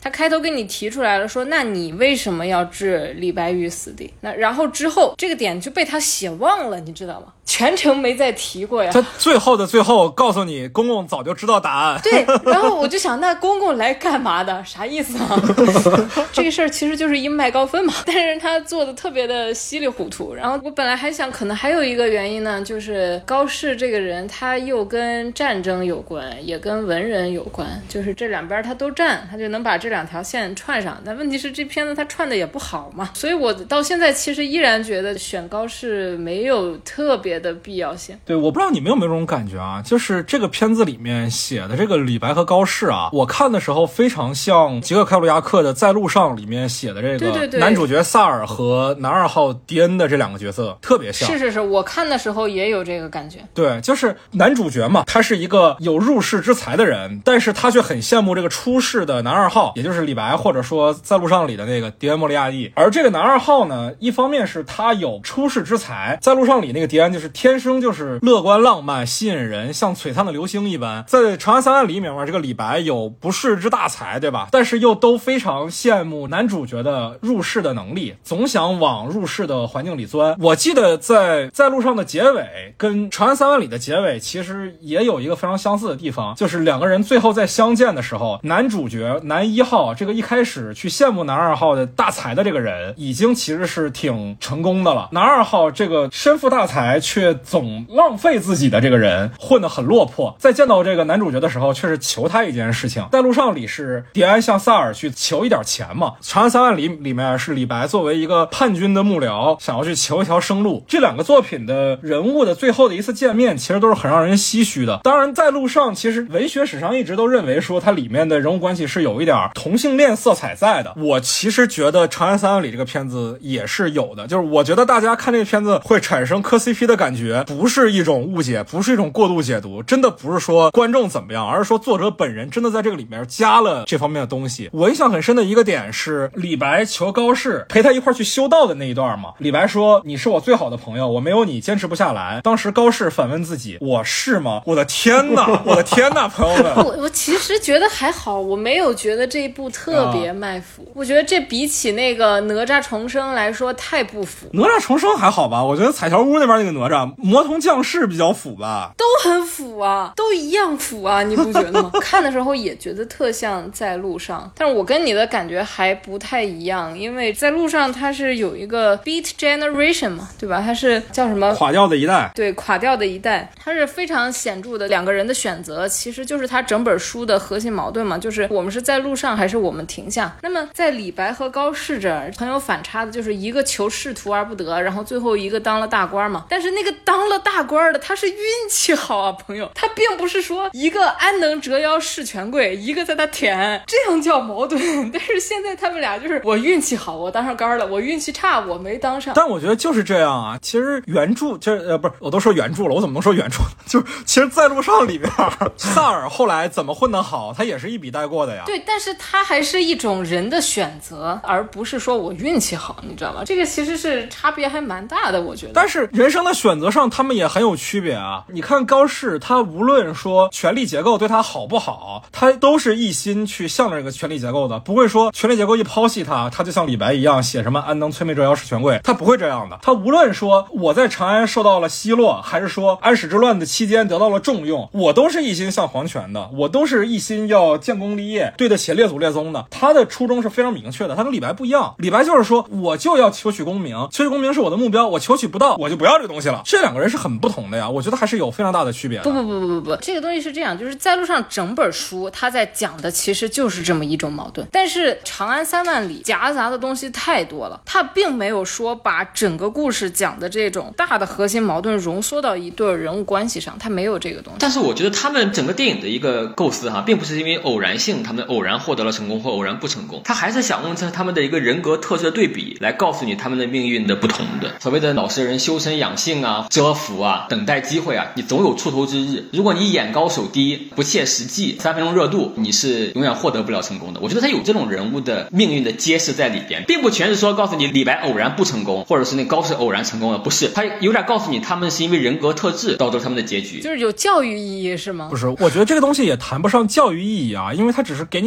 他开头给你提出来了说，那你为什么要置李白于死地？那然后之后这个点就被他写忘了，你知道吗？全程没再提过呀。 他最后的最后告诉你，公公早就知道答案。 对，然后我就想，那公公来干嘛的？啥意思啊？这个事儿其实就是一麦高芬嘛，但是他做的特别的稀里糊涂。然后我本来还想，可能还有一个原因呢，就是高适这个人，他又跟战争有关，也跟文人有关，就是这两边他都占，他就能把这两条线串上。但问题是这片子他串的也不好嘛，所以我到现在其实依然觉得选高适没有特别的必要性。 对，我不知道你们有没有这种感觉啊，就是这个片子里面写的这个李白和高适啊，我看的时候非常像吉克开鲁亚克的《在路上》里面写的这个男主角萨尔和男二号迪恩的这两个角色特别像。 是是是，我看的时候也有这个感觉。 对，就是男主角嘛，他是一个有入世之才的人，但是他却很羡慕这个出世的男二号，也就是李白，或者说在路上里的那个迪恩莫利亚蒂。而这个男二号呢，一方面是他有出世之才，在路上里那个迪安就是天生就是乐观浪漫吸引人，像璀璨的流星一般。在长安三万里里面，这个李白有不世之大才，对吧？但是又都非常羡慕男主角的入世的能力，总想往入世的环境里钻。我记得在在路上的结尾跟长安三万里的结尾其实也有一个非常相似的地方，就是两个人最后在相见的时候，男主角男一号这个一开始去羡慕男二号的大才的这个人已经其实是挺成功的了，男二号这个身负大才却总浪费自己的这个人混得很落魄，在见到这个男主角的时候却是求他一件事情。在路上里是迪安向萨尔去求一点钱嘛，长安三万里里面是李白作为一个叛军的幕僚想要去求一条生路。这两个作品的人物的最后的一次见面其实都是很让人唏嘘的。当然在路上其实文学史上一直都认为说它里面的人物关系是有一点同性恋色彩在的，我其实觉得长安三万里这个片子也是有的，就是我觉得大家看这个片子会产生磕 C P 的感觉，不是一种误解，不是一种过度解读，真的不是说观众怎么样，而是说作者本人真的在这个里面加了这方面的东西。我印象很深的一个点是李白求高适陪他一块去修道的那一段嘛，李白说你是我最好的朋友，我没有你坚持不下来。当时高适反问自己，我是吗？我的天哪，我的天哪，朋友们！ 我我其实觉得还好，我没有觉得这一部特别卖腐、啊、我觉得这比起那个哪吒重生来说太不腐。 哪吒重生还好吧，我觉得彩条屋那边那个哪吒魔童降世比较腐吧， 都很腐啊，都一样腐啊，你不觉得吗？看的时候也觉得特像在路上，但是我跟你的感觉还不太一样，因为在路上它是有一个 Beat Generation 嘛，对吧？它是叫什么？ 垮掉的一代。 对，垮掉的一代，它是非常显著的两个人的选择，其实就是它整本书的核心矛盾嘛，就是我们是在路上还是我们停下。那么在李白和高适这儿很有反差的，就是一个求仕途而不得，然后最后一个当了大官嘛。但是那个当了大官的他是运气好啊，朋友，他并不是说一个安能折腰事权贵，一个在他舔，这样叫矛盾。但是现在他们俩就是我运气好我当上官了，我运气差我没当上。 但我觉得就是这样啊，其实原著就是呃不是我都说原著了，我怎么能说原著呢？就是其实在路上里面萨尔后来怎么混得好，他也是一笔带过的呀。 对，但是他还是一种人的选择，而不是说我运气好，你知道吗？这个其实是差别还蛮大的，我觉得。 但是人生的选择上他们也很有区别啊。你看高适，他无论说权力结构对他好不好，他都是一心去向着这个权力结构的，不会说权力结构一抛弃他，他就像李白一样写什么安能摧眉折腰事权贵，他不会这样的。他无论说我在长安受到了奚落，还是说安史之乱的期间得到了重用，我都是一心向皇权的，我都是一心要建功立业，对得起列祖列宗的。他的初衷是非常明确的，他跟李白不一样。李白就是说我就要求取功名，求取功名是我的目标，我求取不到我就不要这个东西了。这两个人是很不同的呀，我觉得还是有非常大的区别的。 不不不不不不，这个东西是这样，就是在路上整本书他在讲的其实就是这么一种矛盾，但是长安三万里夹杂的东西太多了，他并没有说把整个故事讲的这种大的核心矛盾浓缩到一对人物关系上，他没有这个东西。 但是我觉得他们整个电影的一个构思哈，并不是因为偶然性，他们偶然获得了成功或偶然不成功，他还是想用他们的一个人格特质的对比来告诉你他们的命运的不同的。所谓的老实人修身养性啊，蛰伏啊，等待机会啊，你总有出头之日。如果你眼高手低，不切实际，三分钟热度，你是永远获得不了成功的。我觉得他有这种人物的命运的揭示在里边，并不全是说告诉你李白偶然不成功，或者是那高适偶然成功了，不是，他有点告诉你他们是因为人格特质导致他们的结局， 就是有教育意义是吗？ 不是，我觉得这个东西也谈不上教育意义啊，因为它只是给你展现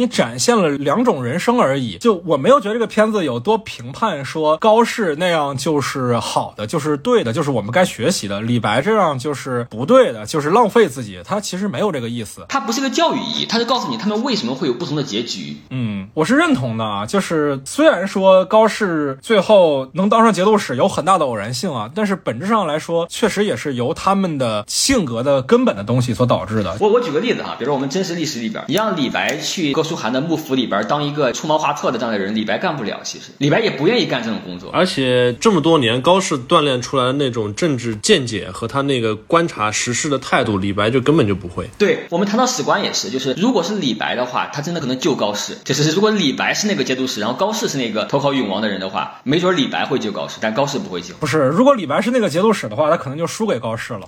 现了两种人生而已。就我没有觉得这个片子有多评判说高适那样就是好的，就是对的，就是我们该学习的，李白这样就是不对的，就是浪费自己。他其实没有这个意思， 它不是个教育意义，它是告诉你他们为什么会有不同的结局。 嗯，我是认同的啊，就是虽然说高适最后能当上节度使有很大的偶然性啊，但是本质上来说确实也是由他们的性格的根本的东西所导致的。 我我举个例子哈，比如说我们真实历史里边，你让李白去哥舒翰的幕府里边当一个出谋划策的这样的人，李白干不了，其实李白也不愿意干这种工作。 而且这么多年高适锻炼出来的那种政治见解和他那个观察时事的态度，李白就根本就不会。 对，我们谈到史官也是，就是如果是李白的话，他真的可能救高适，就是如果李白是那个节度使，然后高适是那个投靠永王的人的话，没准李白会救高适，但高适不会救。 不是，如果李白是那个节度使的话，他可能就输给高适了。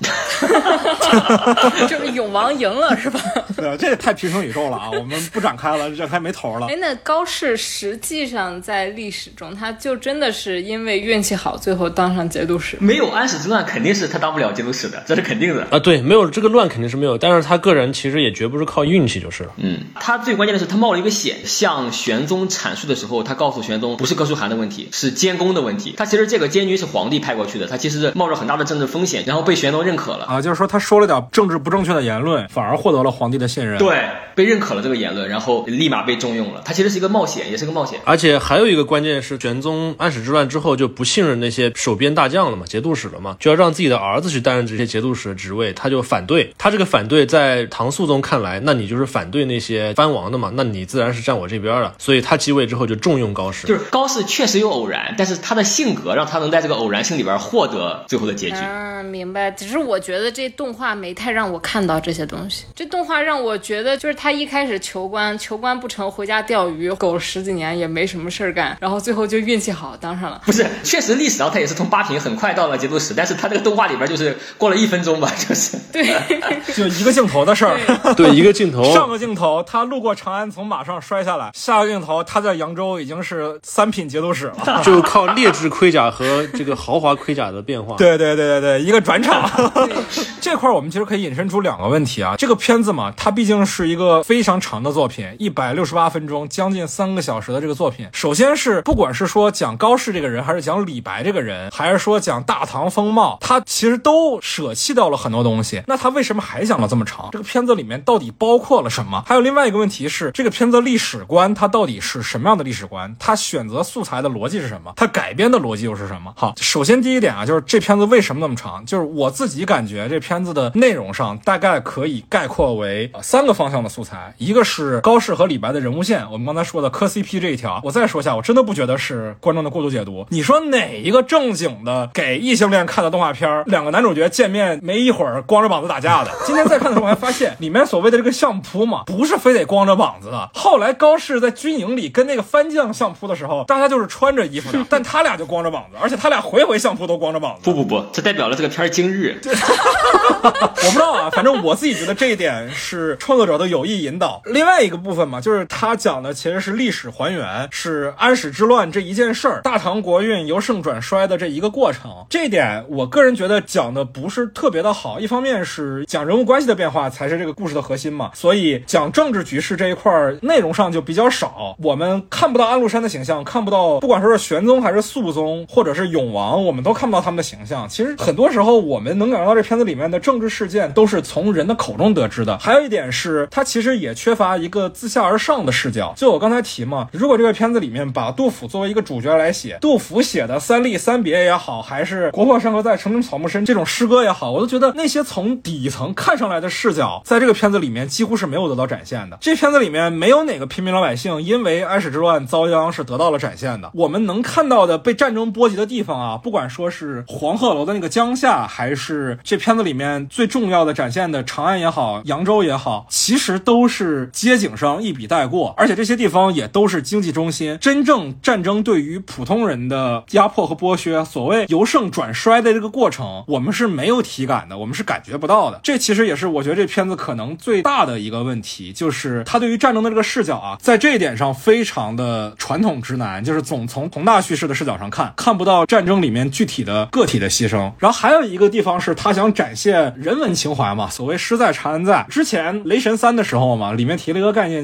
就是永王赢了是吧？ 对，这也太平行宇宙了啊！我们不展开了，展开没头了。 哎，那高适实际上在历史中，他就真的是因为运气好，最后当上节度使。 没有安史之乱，肯定是他当不了节度使的，这是肯定的啊。对，没有这个乱肯定是没有，但是他个人其实也绝不是靠运气就是了。 嗯，他最关键的是他冒了一个险，向玄宗阐述的时候，他告诉玄宗不是哥舒翰的问题，是监工的问题。他其实这个监军是皇帝派过去的，他其实是冒着很大的政治风险，然后被玄宗认可了啊，就是说他说了点政治不正确的言论，反而获得了皇帝的信任。 对，被认可了这个言论，然后立马被重用了。他其实是一个冒险，也是个冒险。 而且还有一个关键是，玄宗安史之乱之后就不信任那些守边大将了嘛，节度使了嘛，就要让自己的儿子去担任这些节度使的职位，他就反对。他这个反对在唐肃宗看来，那你就是反对那些藩王的嘛，那你自然是站我这边了。所以他继位之后就重用高适。 就是高适确实有偶然，但是他的性格让他能在这个偶然性里边获得最后的结局。 嗯，明白。只是我觉得这动画没太让我看到这些东西。这动画让我觉得就是他一开始求官，求官不成回家钓鱼，苟了十几年也没什么事儿干，然后最后就运气好当上了。 不是，确实历史上他也是从八品很快到了节度使，但是他这个动画里边就是过了一分钟吧，就是对， 就一个镜头的事儿。 对，一个镜头。 上个镜头他路过长安从马上摔下来，下个镜头他在扬州已经是三品节度使了， 就靠劣质盔甲和这个豪华盔甲的变化。 对对对对对，一个转场。这块我们其实可以引申出两个问题啊。这个片子嘛，它毕竟是一个非常长的作品，一百六十八分钟，将近三个小时的这个作品。首先是不管是说讲高适这个人，还是讲李白这个人，还是说讲大唐风貌，他其实都舍弃掉了很多东西。那他为什么还讲了这么长？这个片子里面到底包括了什么？还有另外一个问题是，这个片子历史观它到底是什么样的历史观？它选择素材的逻辑是什么？它改编的逻辑又是什么？好，首先第一点啊，就是这片子为什么那么长？就是我自己感觉这片子的内容上大概可以概括为、呃、三个方向的素材，一个是高适和李白的人物线，我们刚才说的磕 C P 这一条，我再说一下，我真的不觉得是观众的过度解读。你说哪一个正经的给异性恋看的动画片，两个男主角见面没一会儿光着膀子打架的？今天再看的时候我还发现，里面所谓的这个相扑嘛，不是非得光着膀子的。后来高适在军营里跟那个番将相扑的时候，大家就是穿着衣服的，但他俩就光着膀子，而且他俩回回相扑都光着膀子。 不不不，这代表了这个片儿今日。 我不知道啊，反正我自己觉得这一点是创作者的有意引导。另外一个部分嘛，就是他讲的其实是历史还原，是安史之乱这一件事儿，大唐国运由盛转衰的这一个过程。这一点我个人觉得讲的不是特别的好，一方面是讲人物关系的变化才是这个故事的核心嘛，所以讲政治局势这一块内容上就比较少，我们看不到安禄山的形象，看不到不管说是玄宗还是肃宗或者是永王，我们都看不到他们的形象。其实很多时候我们能感受到这片子里面的政治事件都是从人的口中得知的。还有一点是它其实也缺乏一个自下而上的视角，就我刚才提嘛，如果这个片子里面把杜甫作为一个主角来写，杜甫写的三吏三别也好，还是国破山河在，城中草木深这种诗歌也好，我都觉得那些从底层看上来的视角在这个片子里面几乎是没有得到展现的。这片子里面没有哪个平民老百姓因为安史之乱遭殃是得到了展现的。我们能看到的被战争波及的地方啊，不管说是黄鹤楼的那个江夏，还是这片子里面最重要的展现的长安也好，扬州也好，其实都是街景上一笔带过，而且这些地方也都是经济中心。真正战争对于普通人的压迫和剥削，所谓由盛转衰的这个过程，我们是没有体感的，我们是感觉不到的。这其实也是我觉得这片子可能最大的一个问题，就是他对于战争的这个视角啊，在这一点上非常的传统直男，就是总从宏大叙事的视角上看，看不到战争里面具体的个体的牺牲。然后还有一个地方是他想展现人文情怀嘛，所谓诗在长安在。之前雷神三的时候嘛，里面提了一个概念叫阿斯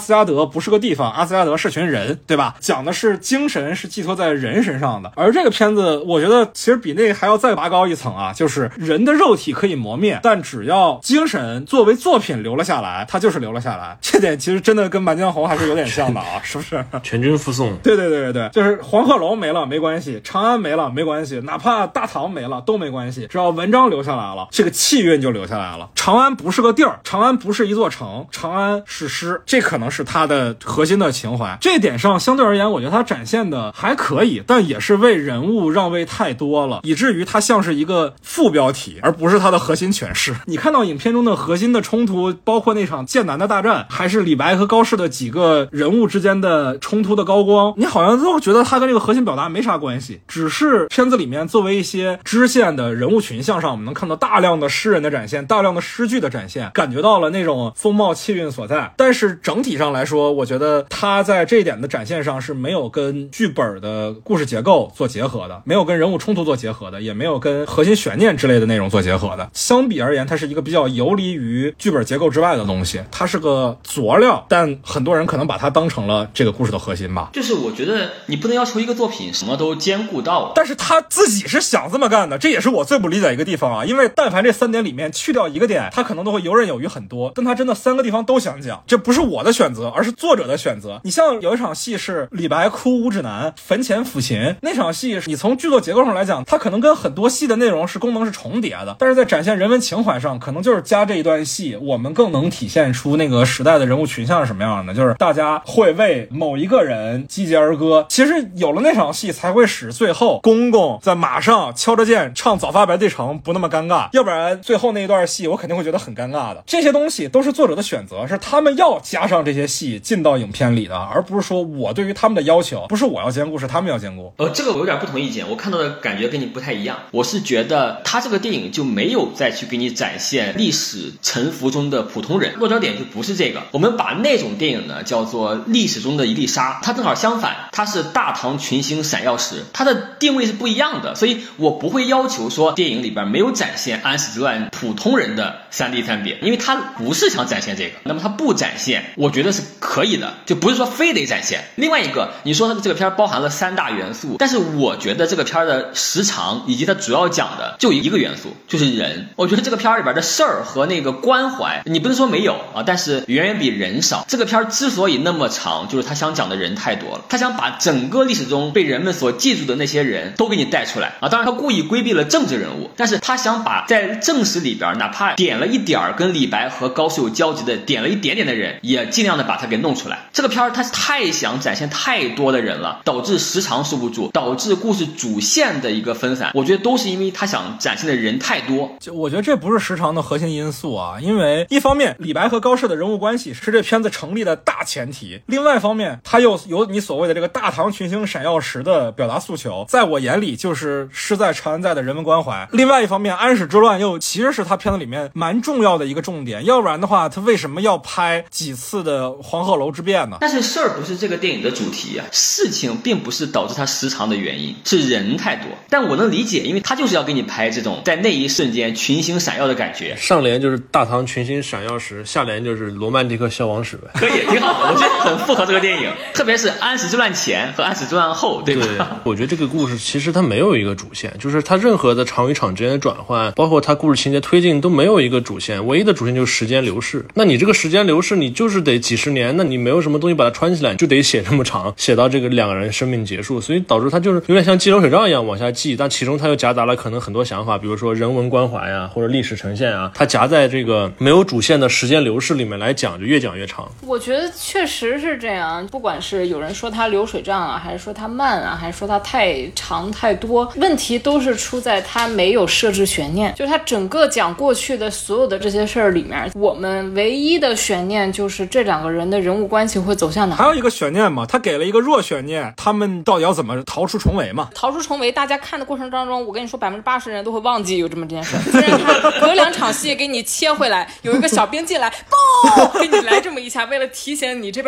斯加德不是个地方，阿斯加德是群人，对吧？讲的是精神是寄托在人身上的。而这个片子我觉得其实比那个还要再拔高一层啊，就是人的肉体可以磨灭，但只要精神作为作品留了下来，它就是留了下来。这点其实真的跟满江红还是有点像的啊，是不是？ 全军覆宋。 对对对对对，就是黄鹤楼没了没关系，长安没了没关系，哪怕大唐没了都没关系，只要文章留下来了，这个气韵就留下来了。长安不是个地儿，长安不是一座城，长安是诗，这可能是它的核心的情怀。这一点上相对而言我觉得它展现的还可以，但也是为人物让位太多了，以至于它像是一个副标题而不是它的核心诠释。你看到影片中的核心的冲突，包括那场剑南的大战，还是李白和高适的几个人物之间的冲突的高光，你好像都觉得它跟这个核心表达没啥关系，只是片子里面作为一些支线的人物群像上，我们能看到大量的诗人的展现，大量的诗句的展现，感觉到了那种风貌气韵所在。但是整体上来说，我觉得它在这一点的展现上是没有跟剧本的故事结构做结合的，没有跟人物冲突做结合的，也没有跟核心悬念之类的内容做结合的。相比而言，它是一个比较游离于剧本结构之外的东西，它是个佐料，但很多人可能把它当成了这个故事的核心吧。 就是我觉得你不能要求一个作品什么都兼顾到， 但是他自己是想这么干的，这也是我最不理解一个地方啊。因为但凡这三点里面去掉一个点，他可能都会游刃有余很多，但他真的三个地方都想讲，这不是我的选择，而是作者的选择。你像有一场戏是李白哭五指南，坟前抚琴，那场戏你从剧作结构上来讲，它可能跟很多戏的内容是功能是重叠的，但是在展现人文情怀上，可能就是加这一段戏，我们更能体现出那个时代的人物群像是什么样的，就是大家会为某一个人击节而歌。其实有了那场戏，才会使最后公公在马上敲着剑唱早发白帝城不那么尴尬，要不然最后那一段戏我肯定会觉得很尴尬的。这些东西都是作者的选择，是他们要加上这些戏进到影片里的，而不是说我对于他们的要求不是我要兼顾，是他们要兼顾。 呃，这个我有点不同意见，我看到的感觉跟你不太一样。我是觉得他这个电影就没有再去给你展现历史沉浮中的普通人，落脚点就不是这个。我们把那种电影呢叫做历史中的一粒沙，它正好相反，它是大唐群星闪耀时，它的定位是不一样的。所以我不会要求说电影里边没有展现安史之乱普通人的三 D 三别，因为它不是想展现这个，那么它不展现我觉得是可以的，就不是说非得展现。另外一个，你说这个片包含了三大元素，但是我觉得这个片的时长以及它主要讲的就一个元素，就是人。我觉得这个片里边的事儿和那个关怀，你不能说没有啊，但是远远比人少。这个片之所以那么长，就是他想讲的人太多了，他想把整个历史中被人们所记住的那些人都给你带出来啊。当然他故意规避了政治人物，但是他想把在正史里边哪怕点了一点跟李白和高适有交集的，点了一点点的人，也尽量的把它给弄出来。这个片他太想展现太多的人了，导致时长收不住，导致故事主线的一个分散，我觉得都是因为他想展现的人太多。 就我觉得这不是时长的核心因素啊，因为一方面李白和高适的人物关系是这片子成立的大前提，另外一方面他又有你所谓的这个大唐群星闪耀时的表达诉求，在我眼里就是诗在长安在的人文关怀。另外一方面安史之乱又其实是他片子里面蛮重要的一个重点，要不然的话他为什么要拍几次的黄鹤楼之变呢？ 但是事儿不是这个电影的主题啊，事情并不是导致它时长的原因，是人太多。但我能理解，因为他就是要给你拍这种在那一瞬间群星闪耀的感觉。 上联就是大唐群星闪耀时，下联就是罗曼蒂克消亡史呗。 可以，挺好的，我觉得很符合这个电影，特别是安史之乱前和安史之乱后，对吧？ 对，我觉得这个故事其实它没有一个主线，就是它任何的场与场之间的转换，包括它故事情节推进都没有一个主线，唯一的主线就是时间流逝。那你这个时间流逝，你就是得几十年，那你没有什么东西把它穿起来，就得写这么长，写到这个两个人生命结束，所以导致它就是有点像记流水账一样往下记，但其中它又夹杂了可能很多想法，比如说人文关怀啊，或者历史呈现啊，它夹在这个没有主线的时间流逝里面来讲，就越讲越长。 我觉得确实是这样，不管是有人说它流水账啊，还是说它慢啊，还是说它太长太多，问题都是出在它没有设置悬念。就是它整个讲过去的所有的这些事儿里面，我们唯一的悬念就是这两个人的人物关系会走向哪。 还有一个悬念嘛，他给了一个弱悬念，他们到底要怎么逃出重围嘛？ 逃出重围，大家看的过程当中，我跟你说百分之八十人都会忘记有这么件事。虽然他隔两场戏给你切回来，有一个小兵进来，嘣，给你来这么一下，为了提醒你这边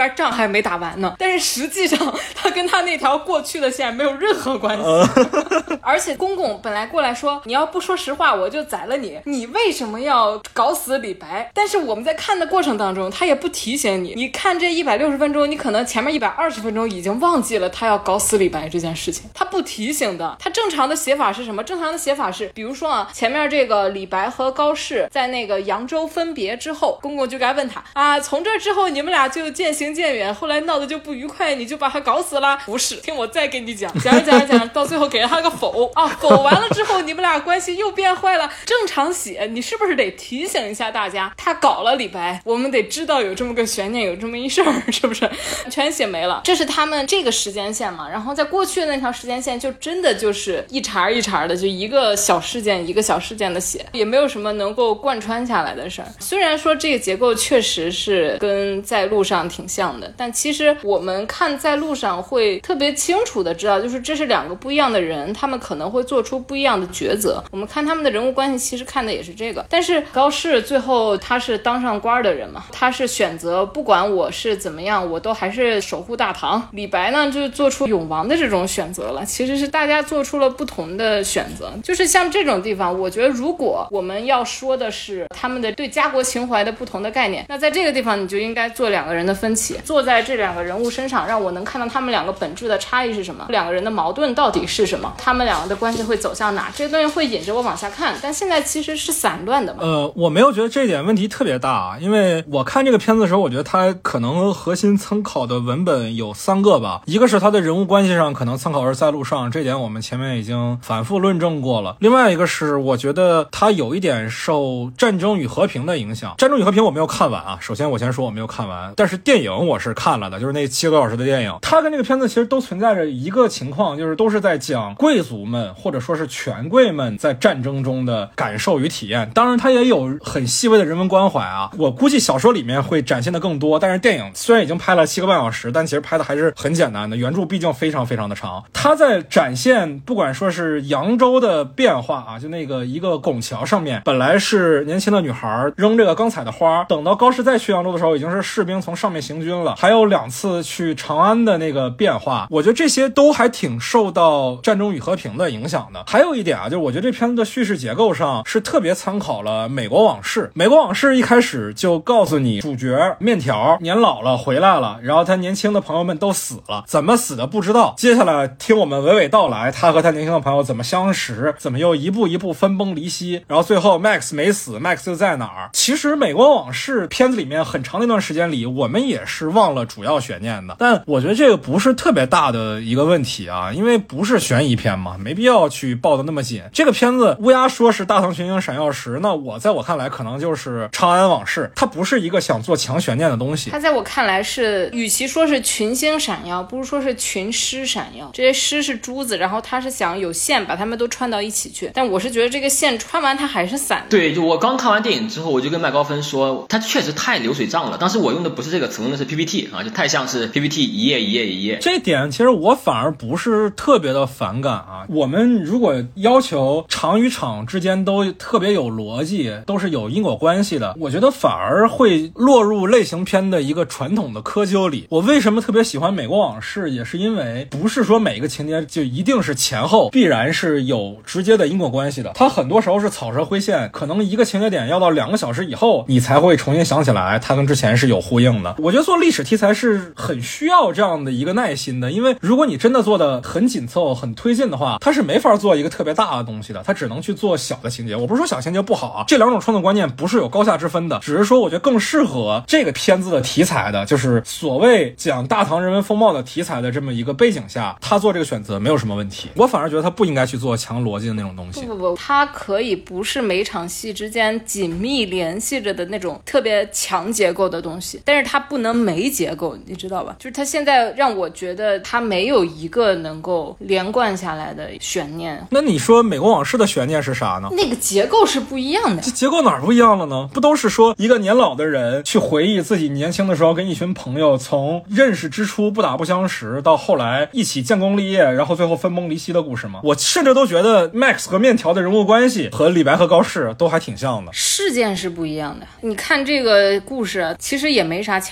边仗还没打完呢，但是实际上他跟他那条过去的线没有任何关系。而且公公本来过来说，你要不说实话我就宰了你，你为什么要搞死李白？但是我们在看的过程当中他也不提醒你，你看这一百六十分钟，你可能前面一百二十分钟已经忘记了他要搞死李白这件事情，他不提醒的。他正常的写法是什么？正常的写法是，比如说啊，前面这个李白和高适在那个扬州分别之后，公公就该问他啊，从这之后你们俩就渐行渐远，后来闹得就不愉快，你就把他搞死了？不是，听我再给你讲，讲着讲着讲着，到最后给了他个否啊，否完了之后你们俩关系又变坏了。正常写你是不是得提醒一下大家，他搞了李白，我们得知道有这么个悬念，有这么一事儿，是不是？全写没了。这是他们这个时间线嘛，然后在过去的那条时间线就真的就是一茬一茬的，就一个小事件一个小事件的写，也没有什么能够贯穿下来的事儿。虽然说这个结构确实是跟在路上挺像的，但其实我们看在路上会特别清楚的知道，就是这是两个不一样的人，他们可能会做出不一样的抉择。我们看他们的人物关系其实看的也是这个。但是高适最后他是当上官的人嘛，他是选择不管我是怎么样我都还是守护大唐。李白呢就做出永王的这种选择了，其实是大家做出了不同的选择。就是像这种地方，我觉得如果我们要说的是他们的对家国情怀的不同的概念，那在这个地方你就应该做两个人的分歧，坐在这两个人物身上，让我能看到他们两个本质的差异是什么，两个人的矛盾到底是什么，他们两个的关系会走向哪，这个东西会引着我往下看。但现在其实是散乱的嘛。 呃，我没有觉得这一点问题特别大，因为我看这个片子的时候，我觉得它可能核心参考的文本有三个吧。一个是它的人物关系上可能参考是在路上，这点我们前面已经反复论证过了。另外一个是我觉得它有一点受战争与和平的影响。战争与和平我没有看完啊，首先我先说我没有看完，但是电影我是看了的，就是那七个多小时的电影。它跟这个片子其实都存在着一个情况，就是都是在讲贵族们或者说是权贵们在战争中的感受与体验。当然它也有很细微的人文关怀啊，我估计小说里面会展现的更多，但是电影虽然已经拍了七个半小时，但其实拍的还是很简单的，原著毕竟非常非常的长。它在展现不管说是扬州的变化啊，就那个一个拱桥上面本来是年轻的女孩扔这个刚采的花，等到高适再去扬州的时候已经是士兵从上面行军了，还有两次去长安的那个变化，我觉得这些都还挺受到战争与和平的影响的。还有一点啊，就是我觉得这片子的叙事结构上是特别参考了美国往事。美国往事一开始就告诉你主角面条年老了回来了，然后他年轻的朋友们都死了，怎么死的不知道，接下来听我们娓娓道来他和他年轻的朋友怎么相识，怎么又一步一步分崩离析，然后最后 Max 没死， Max 又在哪儿。其实美国往事片子里面很长的一段时间里我们也是忘了主要悬念的，但我觉得这个不是特别大的一个问题啊，因为不是悬疑片嘛，没必要去抱得那么紧。这个片子乌鸦说是大唐群英闪耀时，那我在我看来可能就是长安往事，它不是一个想做强悬念的东西。 它在我看来是与其说是群星闪耀，不如说是群狮闪耀。这些狮是珠子，然后他是想有线把它们都串到一起去，但我是觉得这个线穿完它还是散的。 对，就我刚看完电影之后，我就跟麦高芬说它确实太流水账了，当时我用的不是这个词，用的是 P P T 啊，就太像是 P P T 一页一页一页。 这点其实我反而不是特别的反感啊。我们如果要求场与场之间都特别有逻辑，都是有因果关系的，我觉得反而会落入类型片的一个传统的窠臼里。我为什么特别喜欢美国往事，也是因为不是说每一个情节就一定是前后必然是有直接的因果关系的，它很多时候是草蛇灰线，可能一个情节点要到两个小时以后你才会重新想起来它跟之前是有呼应的。我觉得做历史题材是很需要这样的一个耐心的，因为如果你真的做的很紧凑很推进的话，它是没法做一个特别大的东西的，它只能去做小的情节。我不是说小情节不好啊，这两种创作观念不是有高下之分的，只是说我觉得更适合这个片子的题材的，就是所谓讲大唐人文风貌的题材的这么一个背景下，他做这个选择没有什么问题。我反而觉得他不应该去做强逻辑的那种东西。 不不不，他可以不是每场戏之间紧密联系着的那种特别强结构的东西，但是他不能没结构，你知道吧？就是他现在让我觉得他没有一个能够连贯下来的悬念。 那你说美国往事的悬念是啥呢？ 那个结构是不一样的。 这结构哪儿不一样了呢？不都是说一个年老的人去回忆自己年轻的时候跟一群朋友从认识之初不打不相识到后来一起建功立业，然后最后分崩离析的故事吗？我甚至都觉得 Max 和面条的人物关系和李白和高适都还挺像的。 事件是不一样的。你看这个故事其实也没啥强事件，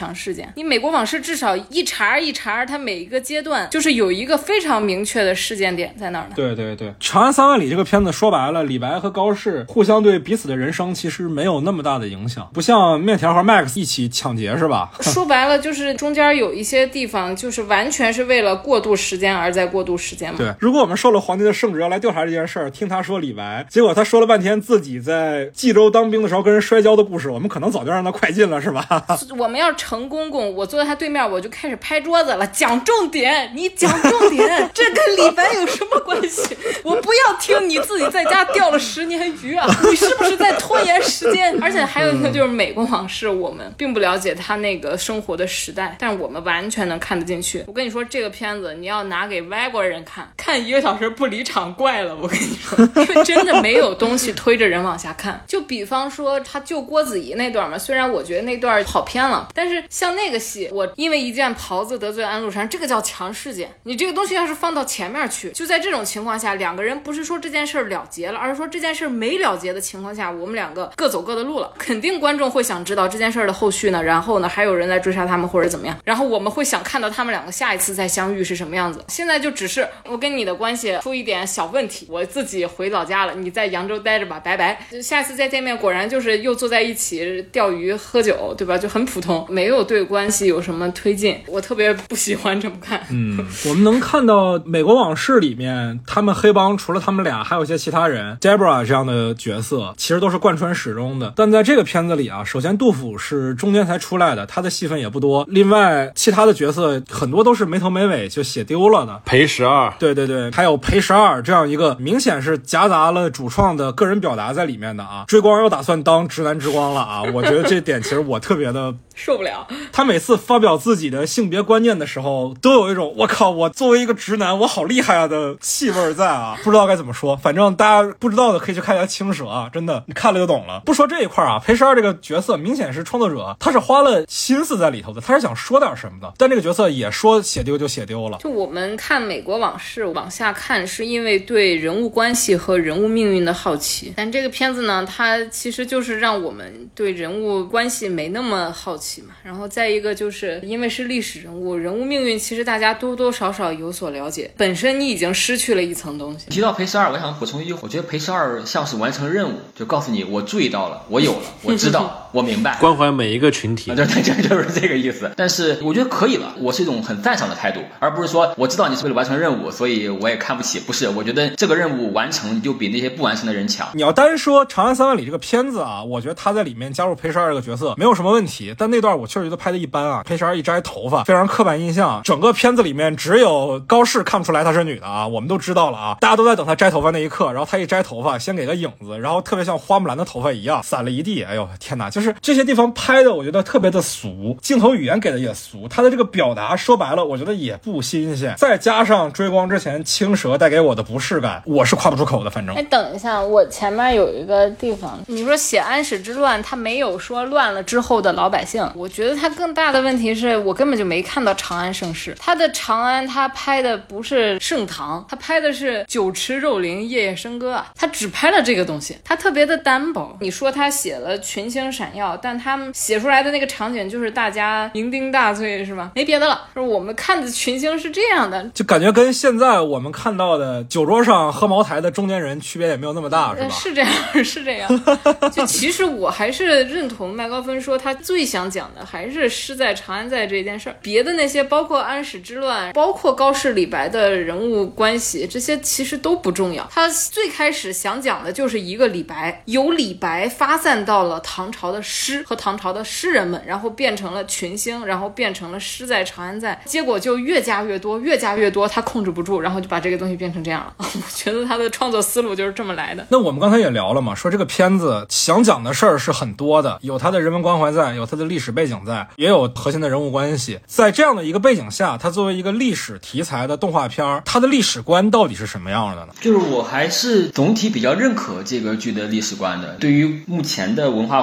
点。你美国往事至少一茬一茬，它每一个阶段就是有一个非常明确的事件点在那儿呢。 对对对，长安三万里这个片子说白了，李白和高适互相对彼此的人生其实没有那么大的影响，不像面条和 Max 一起抢劫是吧？ 说白了就是中间有一些地方就是完全是为了过渡时间而在过渡时间嘛。 对，如果我们受了皇帝的圣旨来调查这件事儿，听他说李白，结果他说了半天自己在冀州当兵的时候跟人摔跤的故事，我们可能早就让他快进了是吧？ 我们要成公公，我坐在他对面我就开始拍桌子了，讲重点，你讲重点，这跟李白有什么关系？我不要听你自己在家钓了十年鱼啊，你是不是在拖延时间？而且还有一个就是美国往事，我们并不了解他那个生活的时代，但是我们完全能看得进去。我跟你说，这个片子你要拿给外国人看，看一个小时不离场怪了。我跟你说，因为真的没有东西推着人往下看。就比方说他救郭子仪那段嘛，虽然我觉得那段跑偏了，但是像那个戏，我因为一件袍子得罪安禄山，这个叫强事件。你这个东西要是放到前面去，就在这种情况下，两个人不是说这件事了结了，而是说这件事没了结的情况下，我们两个各走各的路了，肯定观众会想知道这件事的后续呢，然后呢还有人来追杀他们或者怎么样，然后我们会想看到他们两个下一次再相遇是什么样子。现在就只是我跟你的关系出一点小问题，我自己回老家了，你在扬州待着吧，拜拜，下次再见面果然就是又坐在一起钓鱼喝酒，对吧？就很普通，没有对关系有什么推进，我特别不喜欢这么看。 嗯，我们能看到美国往事里面他们黑帮除了他们俩还有一些其他人 Deborah 这样的角色其实都是贯穿始终的，但在这个片子里啊，首先杜甫是中间才出来的，他的戏份也不多，另外其他的角色很多都是没头没尾就写丢了的。 裴十二， 对对对，还有裴十二这样一个明显是夹杂了主创的个人表达在里面的啊。追光又打算当直男之光了啊，我觉得这点其实我特别的受不了。 他每次发表自己的性别观念的时候都有一种我靠我作为一个直男我好厉害啊的气味在啊，不知道该怎么说，反正大家不知道的可以去看一下青蛇啊，真的你看了就懂了。不说这一块啊，裴十二这个角色明显是创作者他是花了心思在里头的，他是想说点什么的，但这个角色也说写丢就写丢了。 就我们看美国往事往下看是因为对人物关系和人物命运的好奇，但这个片子呢它其实就是让我们对人物关系没那么好奇嘛，然后再一个就是因为是历史人物，人物命运其实大家多多少少有所了解，本身你已经失去了一层东西。 提到裴十二，我想补充一句，我觉得裴十二像是完成任务，就告诉你我注意到了，我有了，我知道我明白， 关怀每一个群体， 对对，这就是这个意思。但是我觉得可以了，我是一种很赞赏的态度，而不是说我知道你是为了完成任务，所以我也看不起。不是，我觉得这个任务完成，你就比那些不完成的人强。 你要单说《长安三万里》这个片子啊，我觉得他在里面加入裴十二这个角色没有什么问题，但那段我确实觉得拍的一般啊。裴十二一摘头发，非常刻板印象，整个片子里面只有高适看不出来她是女的啊，我们都知道了啊，大家都在等她摘头发那一刻，然后她一摘头发，先给个影子，然后特别像花木兰的头发一样散了一地。哎呦天哪，就是这些地方拍的我觉得特别的俗，镜头语言给的也俗，他的这个表达说白了我觉得也不新鲜，再加上追光之前青蛇带给我的不适感，我是夸不出口的。反正哎，等一下，我前面有一个地方，你说写安史之乱，他没有说乱了之后的老百姓，我觉得他更大的问题是我根本就没看到长安盛世，他的长安他拍的不是盛唐，他拍的是酒池肉林夜夜笙歌啊，他只拍了这个东西，他特别的单薄。你说他写了群星闪耀，但他们写出来的那个场景就是大家酩酊大醉是吧？没别的了，就是我们看的群星是这样的， 就感觉跟现在我们看到的酒桌上喝茅台的中年人区别也没有那么大，是吧？ 是这样，是这样。就其实我还是认同麦高芬说他最想讲的还是诗在长安在这件事儿，别的那些包括安史之乱，包括高适李白的人物关系，这些其实都不重要。他最开始想讲的就是一个李白，由李白发散到了唐朝的诗和唐朝的诗人们，然后变成了群星，然后变成了诗在长安在，结果就越加越多越加越多，他控制不住，然后就把这个东西变成这样了。我觉得他的创作思路就是这么来的。 那我们刚才也聊了嘛，说这个片子想讲的事儿是很多的，有它的人文关怀在，有它的历史背景在，也有核心的人物关系。在这样的一个背景下，它作为一个历史题材的动画片，它的历史观到底是什么样的呢？ 就是我还是总体比较认可这个剧的历史观的，对于目前的文化环境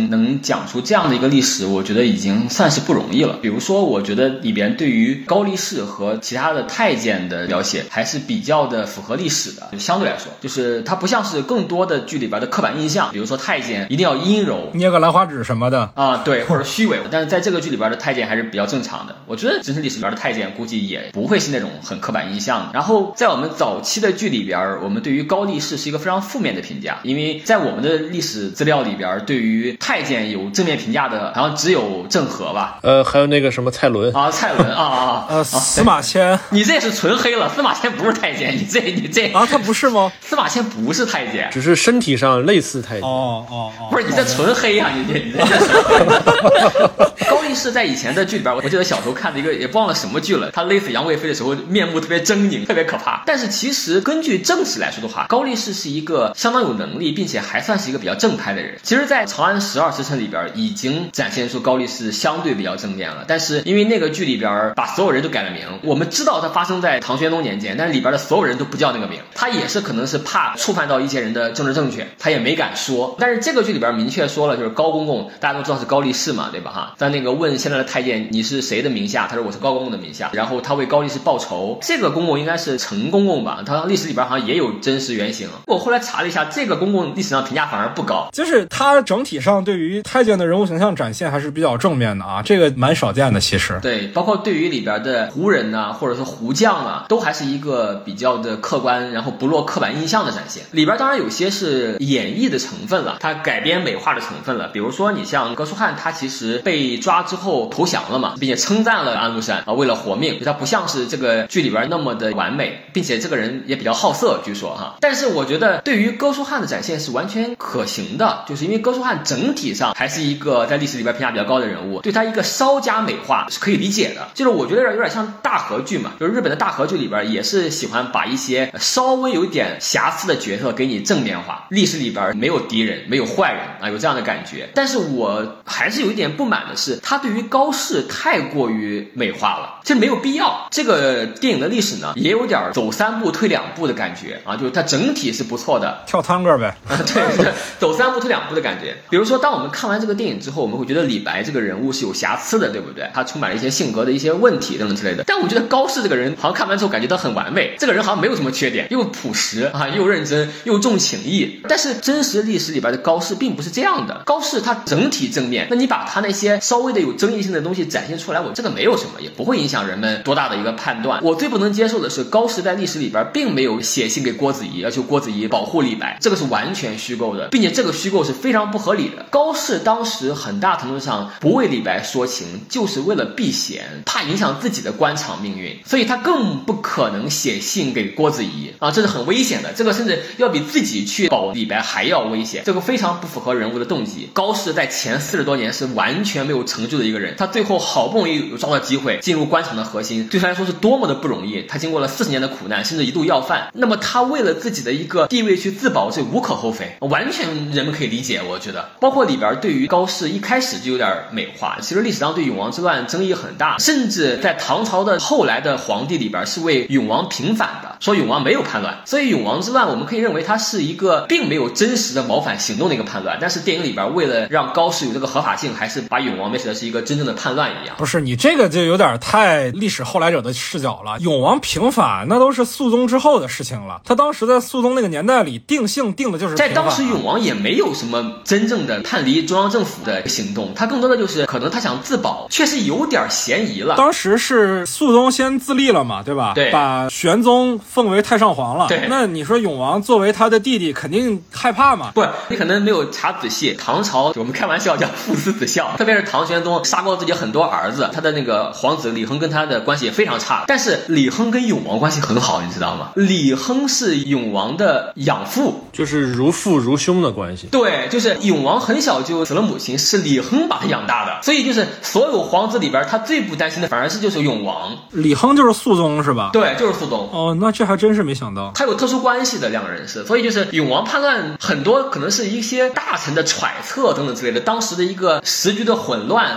性能讲出这样的一个历史，我觉得已经算是不容易了。比如说，我觉得里边对于高力士和其他的太监的描写还是比较的符合历史的，就相对来说，就是它不像是更多的剧里边的刻板印象，比如说太监一定要阴柔， 捏个兰花指什么的啊，对，或者虚伪。但是在这个剧里边的太监还是比较正常的，我觉得真实历史里边的太监估计也不会是那种很刻板印象的。然后在我们早期的剧里边，我们对于高力士是一个非常负面的评价，因为在我们的历史资料里边，对于太监有正面评价的好像只有郑和吧， 呃，还有那个什么蔡伦啊，蔡伦啊啊， 呃，司马迁， 你这是纯黑了，司马迁不是太监，你这你这啊，他不是吗？ 司马迁不是太监， 只是身体上类似太监。 哦哦哦， 不是你这纯黑啊，你这你这高力士在以前的剧里边，我记得小时候看的一个也忘了什么剧了，他勒死杨贵妃的时候面目特别狰狞，特别可怕。但是其实根据正史来说的话，高力士是一个相当有能力并且还算是一个比较正派的人。其实在长安十二时辰里边已经展现出高力士相对比较正面了，但是因为那个剧里边把所有人都改了名，我们知道它发生在唐玄宗年间，但是里边的所有人都不叫那个名，他也是可能是怕触犯到一些人的政治正确，他也没敢说。但是这个剧里边明确说了，就是高公公大家都知道是高力士嘛，对吧哈？在那个问现在的太监你是谁的名下，他说我是高公公的名下，然后他为高力士报仇，这个公公应该是陈公公吧，他历史里边好像也有真实原型。我后来查了一下，这个公公历史上评价反而不高， 就是他整体上对于太监的人物形象展现还是比较正面的啊，这个蛮少见的其实。 对，包括对于里边的胡人啊或者说胡将啊，都还是一个比较的客观，然后不落刻板印象的展现。里边当然有些是演绎的成分了，它改编美化的成分了，比如说你像哥舒翰，他其实被抓之后投降了嘛，并且称赞了安禄山啊，为了活命，他不像是这个剧里边那么的完美，并且这个人也比较好色，据说哈。但是我觉得对于哥舒翰的展现是完全可行的，就是因为哥舒翰整体上还是一个在历史里边评价比较高的人物，对他一个稍加美化是可以理解的。就是我觉得有点有点像大河剧嘛，就是日本的大河剧里边也是喜欢把一些稍微有点瑕疵的角色给你正面化，历史里边没有敌人没有坏人啊，有这样的感觉。但是我还是有一点不满的是，他对于高适太过于美化了，这没有必要。这个电影的历史呢也有点走三步退两步的感觉啊，就是它整体是不错的， 跳探戈呗啊，对对，走三步退两步的感觉。比如说当我们看完这个电影之后，我们会觉得李白这个人物是有瑕疵的，对不对？他充满了一些性格的一些问题等等之类的。但我觉得高适这个人好像看完之后感觉到很完美，这个人好像没有什么缺点，又朴实啊，又认真，又重情义。但是真实历史里边的高适并不是这样的，高适他整体正面，那你把他那些稍微的有争议性的东西展现出来，我这个没有什么，也不会影响人们多大的一个判断。我最不能接受的是高适在历史里边并没有写信给郭子仪，要求郭子仪保护李白，这个是完全虚构的，并且这个虚构是非常不合理的。高适当时很大程度上不为李白说情，就是为了避嫌，怕影响自己的官场命运，所以他更不可能写信给郭子仪啊，这是很危险的，这个甚至要比自己去保李白还要危险，这个非常不符合人物的动机。高适在前四十多年是完全没有成就的一个人，他最后好不容易有抓到机会进入官场的核心，对他来说是多么的不容易，他经过了四十年的苦难，甚至一度要饭，那么他为了自己的一个地位去自保，这无可厚非，完全人们可以理解。我觉得包括里边对于高适一开始就有点美化，其实历史上对永王之乱争议很大，甚至在唐朝的后来的皇帝里边是为永王平反的，说永王没有叛乱，所以永王之乱我们可以认为它是一个并没有真实的谋反行动的一个叛乱，但是电影里边为了让高适有这个合法性，还是把永王描写的是一个真正的叛乱一样。 不是，你这个就有点太历史后来者的视角了，永王平反那都是肃宗之后的事情了，他当时在肃宗那个年代里定性定的就是平反、啊、 在当时永王也没有什么真正的叛离中央政府的行动，他更多的就是可能他想自保，确实有点嫌疑了。 当时是肃宗先自立了嘛，对吧？ 对， 把玄宗奉为太上皇了。 对， 那你说永王作为他的弟弟肯定害怕嘛？ 不，你可能没有查仔细，唐朝我们开玩笑叫父慈子孝，特别是唐玄宗杀过自己很多儿子，他的那个皇子李亨跟他的关系也非常差，但是李亨跟永王关系很好，你知道吗？李亨是永王的养父， 就是如父如兄的关系。 对，就是永王很小就死了母亲，是李亨把他养大的，所以就是所有皇子里边他最不担心的反而是就是永王。 李亨就是肃宗是吧？ 对，就是肃宗。 哦，那这还真是没想到， 他有特殊关系的两个人是，所以就是永王叛乱很多可能是一些大臣的揣测等等之类的，当时的一个时局的混乱，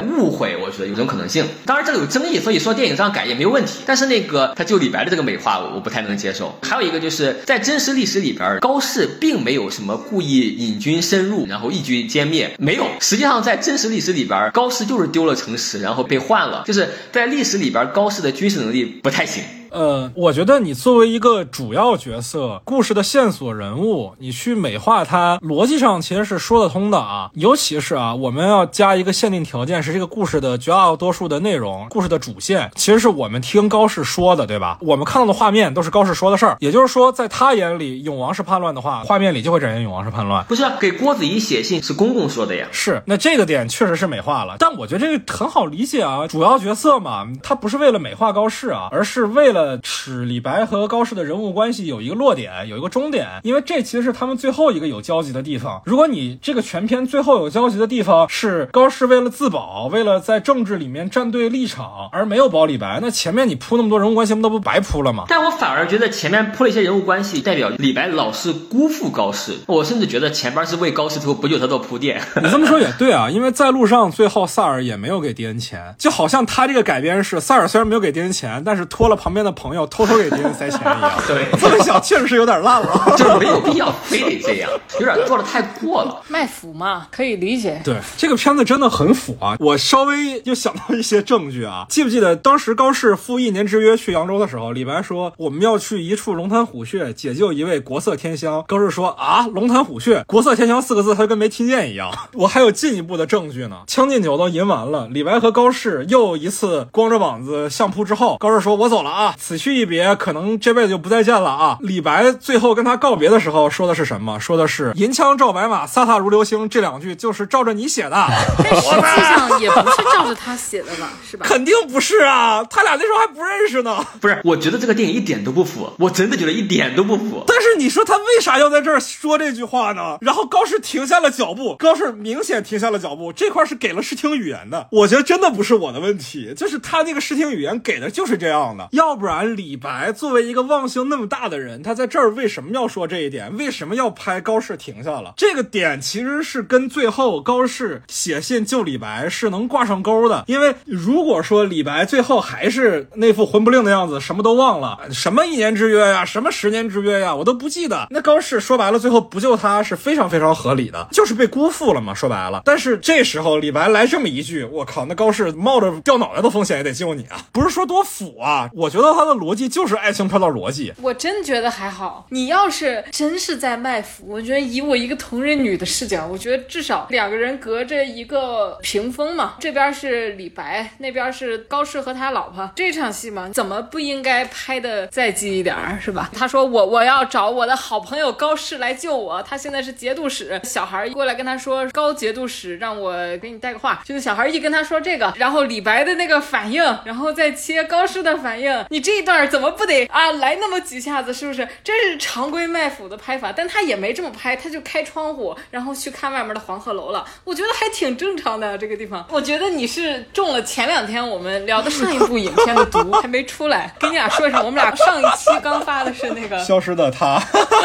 误会，我觉得有种可能性。当然这个有争议，所以说电影上改也没有问题。但是那个他救李白的这个美化，我我不太能接受。还有一个就是在真实历史里边，高适并没有什么故意引军深入，然后一举歼灭，没有。实际上在真实历史里边，高适就是丢了城池，然后被换了。就是在历史里边，高适的军事能力不太行。 呃，我觉得你作为一个主要角色，故事的线索人物，你去美化它，逻辑上其实是说得通的啊。尤其是啊，我们要加一个限定条件，是这个故事的绝大多数的内容，故事的主线，其实是我们听高适说的，对吧？我们看到的画面都是高适说的事儿，也就是说，在他眼里，永王是叛乱的话，画面里就会展现永王是叛乱。 不是给郭子仪写信是公公说的呀？ 是，那这个点确实是美化了，但我觉得这个很好理解啊，主要角色嘛，他不是为了美化高适啊，而是为了使李白和高适的人物关系有一个落点，有一个终点，因为这其实是他们最后一个有交集的地方。如果你这个全篇最后有交集的地方是高适为了自保，为了在政治里面站对立场而没有保李白，那前面你铺那么多人物关系那不白铺了吗？ 但我反而觉得前面铺了一些人物关系，代表李白老是辜负高适，我甚至觉得前边是为高适图不救他做铺垫。 你这么说也对啊，因为在路上最后萨尔也没有给狄恩钱，就好像他这个改编是萨尔虽然没有给狄恩钱，但是托了旁边的朋友偷偷给狄恩塞钱一样。 对， 这么想确实是有点烂了， 就是没有必要非得这样，有点做的太过了。 卖腐嘛，可以理解。 对，这个片子真的很腐啊！我稍微又想到一些证据啊，记不记得当时高适赴一年之约去扬州的时候，李白说我们要去一处龙潭虎穴解救一位国色天香，高适说啊，龙潭虎穴国色天香四个字他就跟没听见一样。我还有进一步的证据呢，将进酒都吟完了，李白和高适又一次光着膀子相扑之后，高适说我走了啊，此去一别，可能这辈子就不再见了啊。李白最后跟他告别的时候说的是什么？说的是银枪照白马，飒飒如流星，这两句就是照着你写的。 但实际上也不是照着他写的吧，是吧？ 肯定不是啊，他俩那时候还不认识呢。 不是，我觉得这个电影一点都不符，我真的觉得一点都不符。 但是你说他为啥要在这儿说这句话呢？然后高适停下了脚步，高适明显停下了脚步，这块是给了视听语言的。我觉得真的不是我的问题，就是他那个视听语言给的就是这样的。要不然李白作为一个忘性那么大的人，他在这儿为什么要说这一点？为什么要拍高适停下了？这个点其实是跟最后高适写信救李白是能挂上钩的。因为如果说李白最后还是那副魂不吝的样子，什么都忘了，什么一年之约呀，什么十年之约呀，我都不记得，那高适说白了最后不救他是非常非常合理的，就是被辜负了嘛，说白了。但是这时候李白来这么一句，我靠，那高适冒着掉脑袋的风险也得救你啊，不是说多腐啊，我觉得他的逻辑就是爱情飘到逻辑。 我真觉得还好，你要是真是在卖腐，我觉得以我一个同人女的视角，我觉得至少两个人隔着一个屏风嘛，这边是李白，那边是高适和他老婆，这场戏嘛，怎么不应该拍的再激一点是吧？他说我我要找我的好朋友高适来救我，他现在是节度使，小孩过来跟他说高节度使让我给你带个话，就是小孩一跟他说这个，然后李白的那个反应，然后再切高适的反应，你这一段怎么不得啊来那么几下子，是不是？这是常规卖腐的拍法，但他也没这么拍，他就开窗户然后去看外面的黄鹤楼了，我觉得还挺正常的。这个地方我觉得你是中了前两天我们聊的上一部影片的毒还没出来，跟你俩说一声，我们俩上一期刚发的是那个消失的他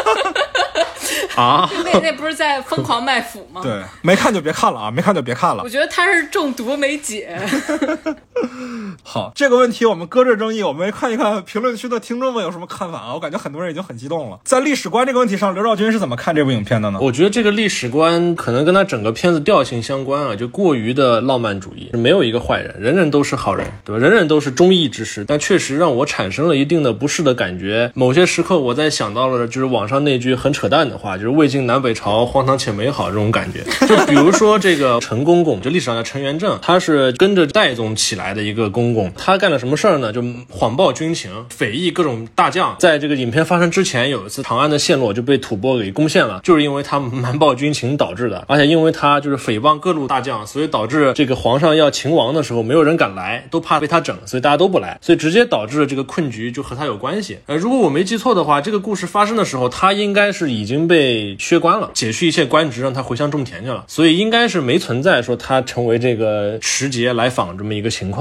啊， 那那不是在疯狂卖腐吗？ 对，没看就别看了啊，没看就别看了。 我觉得他是中毒没解。 好，这个问题我们搁这争议，我们看一看评论区的听众们有什么看法啊？我感觉很多人已经很激动了。在历史观这个问题上，刘兆军是怎么看这部影片的呢？ 我觉得这个历史观可能跟他整个片子调性相关啊，就过于的浪漫主义，没有一个坏人，人人都是好人，对吧？人人都是忠义之士，但确实让我产生了一定的不适的感觉。某些时刻我在想到了就是网上那句很扯淡的话，就是魏晋南北朝荒唐且美好这种感觉。就比如说这个陈公公，就历史上的陈元正，他是跟着代宗起来的一个公公，他干了什么事儿呢？就谎报军情，匪役各种大将。在这个影片发生之前，有一次长安的陷落就被吐蕃给攻陷了，就是因为他瞒报军情导致的。而且因为他就是诽谤各路大将，所以导致这个皇上要秦王的时候没有人敢来，都怕被他整，所以大家都不来，所以直接导致了这个困局就和他有关系。呃，如果我没记错的话，这个故事发生的时候，他应该是已经被削官了，解去一切官职，让他回乡种田去了，所以应该是没存在说他成为这个持节来访这么一个情况的。我不知道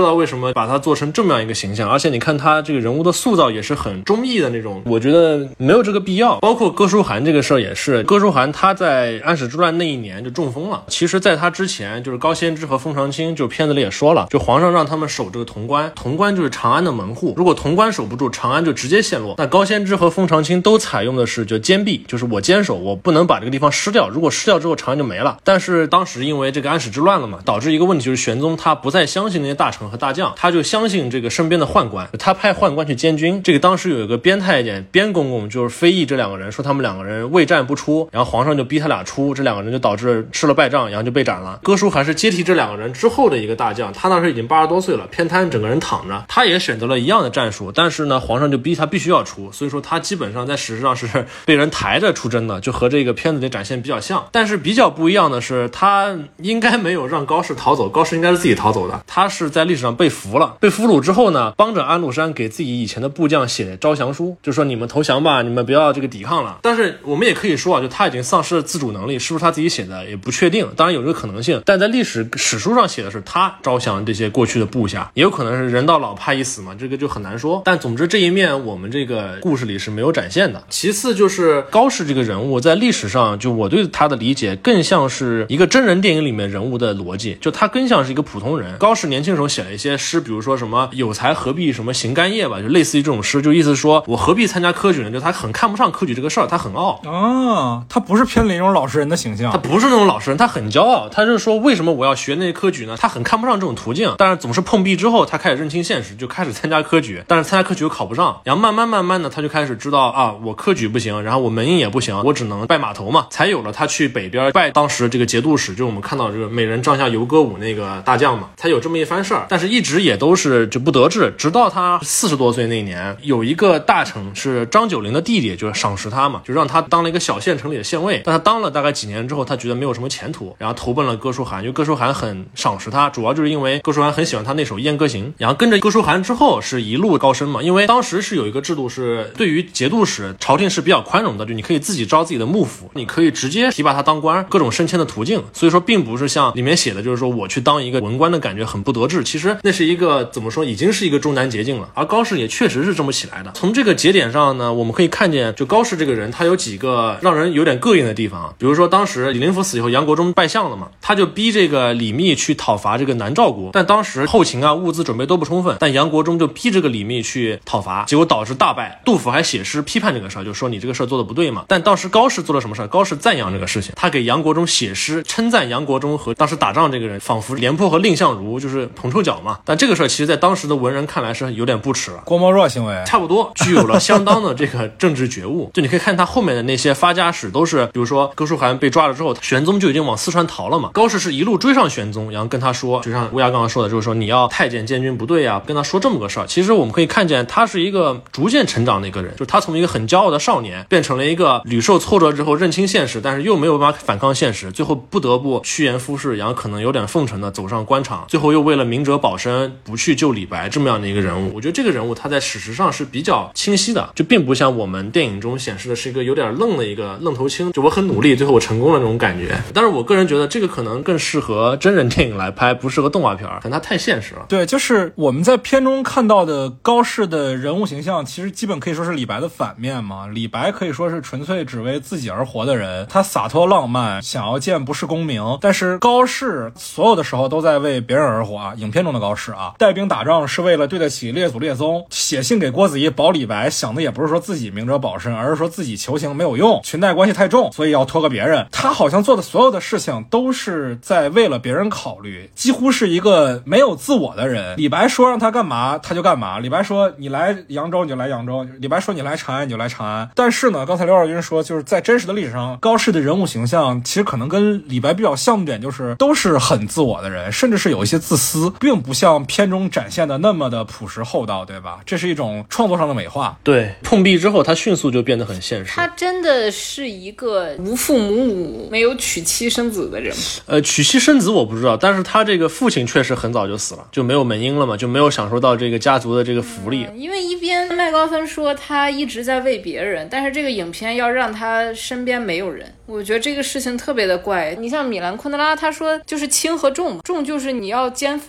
道为什么把他做成这么样一个形象，而且你看他这个人物的塑造也是很中意的那种，我觉得没有这个必要。包括哥舒翰这个事儿也是，哥舒翰他在安史之乱那一年就中风了，其实在他之前就是高仙芝和凤长清，就片子里也说了，就皇上让他们守这个潼关，潼关就是长安的门户，如果潼关守不住，长安就直接陷落。那高仙芝和凤长清都采用的是就坚壁，就是我坚守，我不能把这个地方失掉，如果失掉之后长安就没了。但是当时因为这个安史之乱了嘛，导致一个问题，就是玄宗他不再相信那些大臣和大将，他就相信这个身边的宦官，他派宦官去监军。这个当时有一个边太监边公公，就是非议这两个人，说他们两个人未战不出，然后皇上就逼他俩出，这两个人就导致吃了败仗，然后就被斩了。哥舒翰是接替这两个人之后的一个大将，他那时已经八十多岁了，偏瘫，整个人躺着，他也选择了一样的战术，但是呢皇上就逼他必须要出，所以说他基本上在史实上是被人抬着出征的，就和这个片子里展现比较像。但是比较不一样的是，他应该没有让高适逃走，高适应该是自己逃走的，他是在历史上被俘了，被俘虏之后呢，帮着安禄山给自己以前的部将写招降书，就说你们投降吧，你们不要这个抵抗了。但是我们也可以说啊，就他已经丧失了自主能力，是不是他自己写的也不确定，当然有这个可能性，但在历史史书上写的是他招降这些过去的部下，也有可能是人到老怕一死嘛，这个就很难说。但总之这一面我们这个故事里是没有展现的。其次就是高适这个人物在历史上，就我对他的理解更像是一个真人电影里面人物的逻辑，就他更像是一个普通人。高适年轻时候写了一些诗，比如说什么有才何必什么行干业吧，就类似于这种诗，就意思说我何必参加科举呢，就他很看不上科举这个事儿，他很傲啊，他不是偏离那种老实人的形象， 他不是那种老实人，他很骄傲，他就是说为什么我要学那些科举呢，他很看不上这种途径，但是总是碰壁之后他开始认清现实，就开始参加科举，但是参加科举又考不上，然后慢慢慢慢的他就开始知道啊，我科举不行，然后我门音也不行，我只能拜码头嘛，才有了他去北边拜当时这个节度使，就我们看到这个美人帐下游歌舞那个大将嘛，才有这么一番事儿。但是一直也都是就不得志，直到他四十多岁那年，有一个大臣是张九龄的弟弟，就是赏识他嘛，就让他当了一个小县城里的县尉，但他当了大概几年之后，他觉得没有什么前途，然后投奔了哥舒翰，因为哥舒翰很赏识他，主要就是因为哥舒翰很喜欢他那首《燕歌行》，然后跟着哥舒翰之后是一路高升嘛，因为当时是有一个制度是对于节度使朝廷是比较宽容的，就你可以自己招自己的幕府，你可以直接提拔他当官，各种升迁的途径，所以说并不是像里面写的就是说我去当一个文官的感觉很不得志，其实那是一个怎么说已经是一个终南捷径了，而高适也确实是这么起来的。从这个节点上呢，我们可以看见就高适这个人他有几个让人有点膈应的地方，比如说当时李林甫死以后杨国忠败相了嘛，他就逼这个李密去讨伐这个南诏国，但当时后勤啊物资准备都不充分，但杨国忠就逼这个李密去讨伐，结果导致大败。杜甫还写诗批判这个事儿，就说你这个事儿做的不对嘛。但当时高适做了什么事儿？高适赞扬这个事情，他给杨国忠写诗称赞杨国忠和当时打仗这个人仿佛廉颇和蔺相如，就是捧臭脚嘛。但这个事儿其实在当时的文人看来是有点不耻了， 郭沫若行为差不多具有了相当的这个政治觉悟。就你可以看他后面的那些发家史都是，比如说哥舒翰被抓了之后，玄宗就已经往四川逃了嘛，高适是一路追上玄宗，然后跟他说，就像乌鸦刚刚说的，就是说你要太监监军不对啊，跟他说这么个事儿。其实我们可以看见他是一个逐渐成长的一个人，就是他从一个很骄傲的少年变成了一个屡受挫折之后认清现实，但是又没有办法反抗现实，最后不得不趋炎附势，然后可能有点奉承的走上官场，最后又为了明哲保身不去救李白这么样的一个人物。我觉得这个人物他在史实上是比较清晰的，就并不像我们电影中显示的是一个有点愣的一个愣头青，就我很努力最后我成功了那种感觉。但是我个人觉得这个可能更适合真人电影来拍，不适合动画片，可能它太现实了。 对，就是我们在片中看到的高适的人物形象，其实基本可以说是李白的反面嘛。李白可以说是纯粹只为自己而活的人，他洒脱浪漫，想要见不是功名。但是高适所有的时候都在为别人而活啊。影片中的高适啊，带兵打仗是为了对得起列祖列宗，写信给郭子仪保李白，想的也不是说自己明哲保身，而是说自己求情没有用，裙带关系太重，所以要托个别人。他好像做的所有的事情都是在为了别人考虑，几乎是一个没有自我的人。李白说让他干嘛他就干嘛，李白说你来扬州你就来扬州，李白说你来长安你就来长安。但是呢，刚才刘少军说就是在真实的历史上，高适的人物形象其实可能跟李白比较像的点就是都是很自我的人，甚至是有一些自私，并不像片中展现的那么的朴实厚道，对吧？这是一种创作上的美化。 对，碰壁之后他迅速就变得很现实。 他真的是一个无父无母没有娶妻生子的人。 呃，娶妻生子我不知道，但是他这个父亲确实很早就死了，就没有门荫了嘛，就没有享受到这个家族的这个福利。 嗯、因为一边麦高芬说他一直在为别人，但是这个影片要让他身边没有人，我觉得这个事情特别的怪。你像米兰昆德拉他说就是轻和重，重就是你要肩负很多的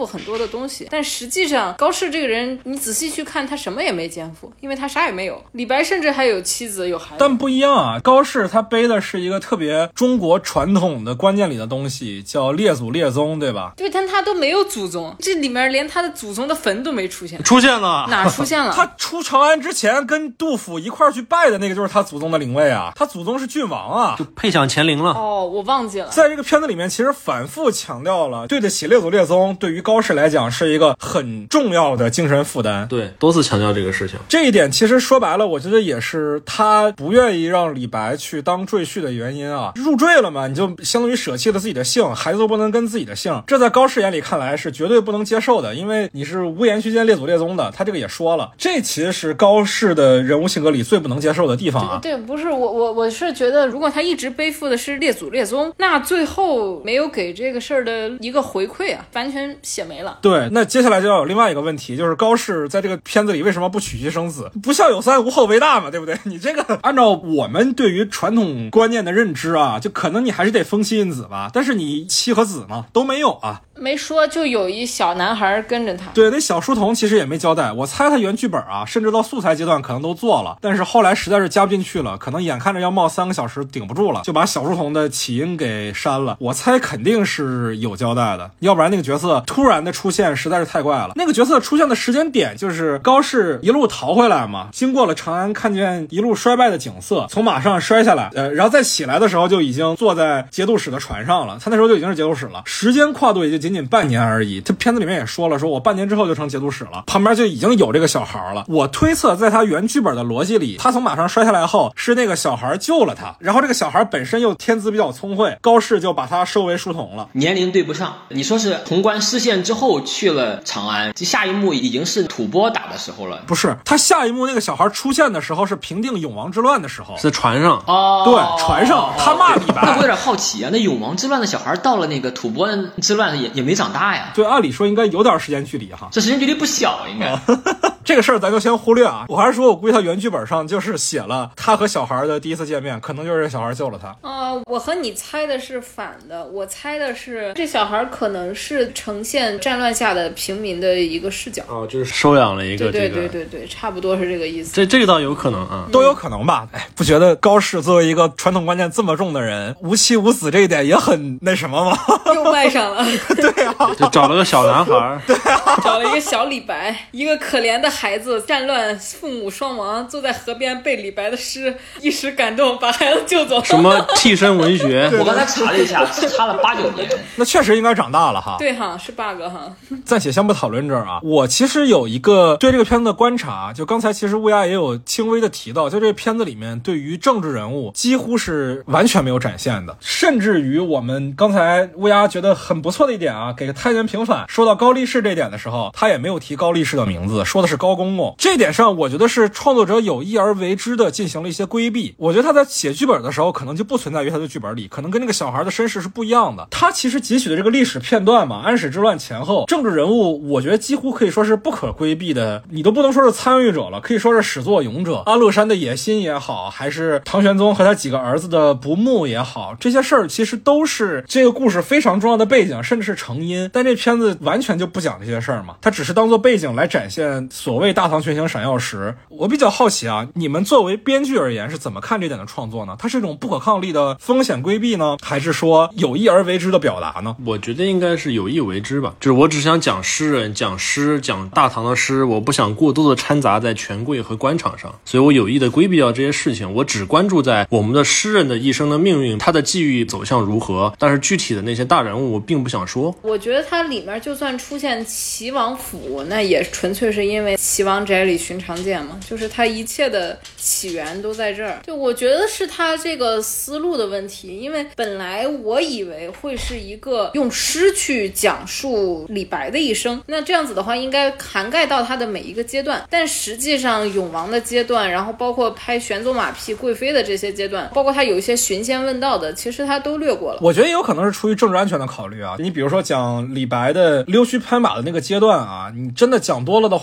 的东西。但实际上高适这个人你仔细去看，他什么也没肩负，因为他啥也没有。李白甚至还有妻子有孩子。 但不一样啊，高适他背的是一个特别中国传统的观念里的东西，叫列祖列宗，对吧？ 对，但他都没有祖宗，这里面连他的祖宗的坟都没出现。 出现了， 哪出现了？ 他出长安之前跟杜甫一块儿去拜的那个就是他祖宗的灵位啊，他祖宗是郡王啊， 就配享乾陵了。 哦，我忘记了。 在这个片子里面其实反复强调了对得起列祖列宗对于高适来讲是一个很重要的精神负担。 对，多次强调这个事情。 这一点其实说白了我觉得也是他不愿意让李白去当赘婿的原因啊。入赘了嘛，你就相当于舍弃了自己的姓，孩子都不能跟自己的姓，这在高适眼里看来是绝对不能接受的，因为你是无颜虚间列祖列宗的，他这个也说了，这其实是高适的人物性格里最不能接受的地方啊。 对，对不是我我我是觉得，如果他一直背负的是列祖列宗，那最后没有给这个事儿的一个回馈啊，完全写没了。 对，那接下来就要有另外一个问题，就是高适在这个片子里为什么不娶妻生子？不孝有三，无后为大嘛，对不对？你这个按照我们对于传统观念的认知啊，就可能你还是得封妻荫子吧，但是你妻和子呢都没有啊。 没说，就有一小男孩跟着他。 对，那小书童其实也没交代，我猜他原剧本啊，甚至到素材阶段可能都做了，但是后来实在是加不进去了，可能眼看着要冒三个小时顶不住了，就把小书童的起因给删了。我猜肯定是有交代的，要不然那个角色突然的出现实在是太怪了。那个角色出现的时间点就是高适一路逃回来嘛，经过了长安，看见一路衰败的景色，从马上摔下来，呃，然后再起来的时候就已经坐在节度使的船上了，他那时候就已经是节度使了，时间跨度也就仅仅半年而已。这片子里面也说了，说我半年之后就成节度使了，旁边就已经有这个小孩了。我推测在他原剧本的逻辑里，他从马上摔下来后是那个小孩救了他，然后这个小孩本身又天资比较聪慧，高适就把他收为书童了。 年龄对不上，你说是潼关失陷之后去了长安，这下一幕已经是吐蕃打的时候了。 不是，他下一幕那个小孩出现的时候是平定永王之乱的时候， 是在船上。 哦， 对，船上他骂李白。 那我有点好奇啊，那永王之乱的小孩到了那个吐蕃之乱也也没长大呀？ 对，按理说应该有点时间距离哈， 这时间距离不小，应该。 这个事儿咱就先忽略啊。我还是说，我估计他原剧本上就是写了他和小孩的第一次见面，可能就是小孩救了他。 呃，我和你猜的是反的，我猜的是这小孩可能是呈现战乱下的平民的一个视角。 哦，就是收养了一个这个。 对对对对对，差不多是这个意思。 这这个倒有可能啊， 都有可能吧。哎，不觉得高适作为一个传统观念这么重的人，无妻无子这一点也很那什么吗？ 又卖上了。 对啊， 就找了个小男孩。 对啊， 找了一个小李白，一个可怜的孩子，战乱父母双亡，坐在河边背李白的诗，一时感动把孩子救走。 什么替身文学？ 我刚才查了一下，差了八九年。 那确实应该长大了哈。 对哈，是 bug 哈。 暂且先不讨论这儿啊。我其实有一个对这个片子的观察，就刚才其实乌鸦也有轻微的提到，就这个片子里面对于政治人物几乎是完全没有展现的，甚至于我们刚才乌鸦觉得很不错的一点啊，给太监平反说到高力士这点的时候，他也没有提高力士的名字，说的是高公公。这点上我觉得是创作者有意而为之的进行了一些规避。我觉得他在写剧本的时候可能就不存在于他的剧本里，可能跟那个小孩的身世是不一样的。他其实汲取的这个历史片段嘛，安史之乱前后政治人物，我觉得几乎可以说是不可规避的，你都不能说是参与者了，可以说是始作俑者。安禄山的野心也好，还是唐玄宗和他几个儿子的不睦也好，这些事儿其实都是这个故事非常重要的背景，甚至是成因。但这片子完全就不讲这些事儿嘛，它只是当做背景来展现所谓大唐群星闪耀时。我比较好奇啊，你们作为编剧而言是怎么看这点的创作呢？它是一种不可抗力的风险规避呢，还是说有意而为之的表达呢？ 我觉得应该是有意为之吧，就是我只想讲诗人，讲诗，讲大唐的诗，我不想过多的掺杂在权贵和官场上，所以我有意的规避掉这些事情，我只关注在我们的诗人的一生的命运，他的际遇走向如何，但是具体的那些大人物我并不想说。 我觉得它里面就算出现齐王府，那也纯粹是因为齐王宅里寻常见嘛，就是它一切的起源都在这儿。就我觉得是他这个思路的问题，因为本来我以为会是一个用诗去讲述李白的一生，那这样子的话应该涵盖到他的每一个阶段，但实际上永王的阶段，然后包括拍玄宗马屁贵妃的这些阶段，包括他有一些寻仙问道的，其实他都略过了。 我觉得也有可能是出于政治安全的考虑啊，你比如说讲李白的溜须拍马的那个阶段啊，你真的讲多了的话容易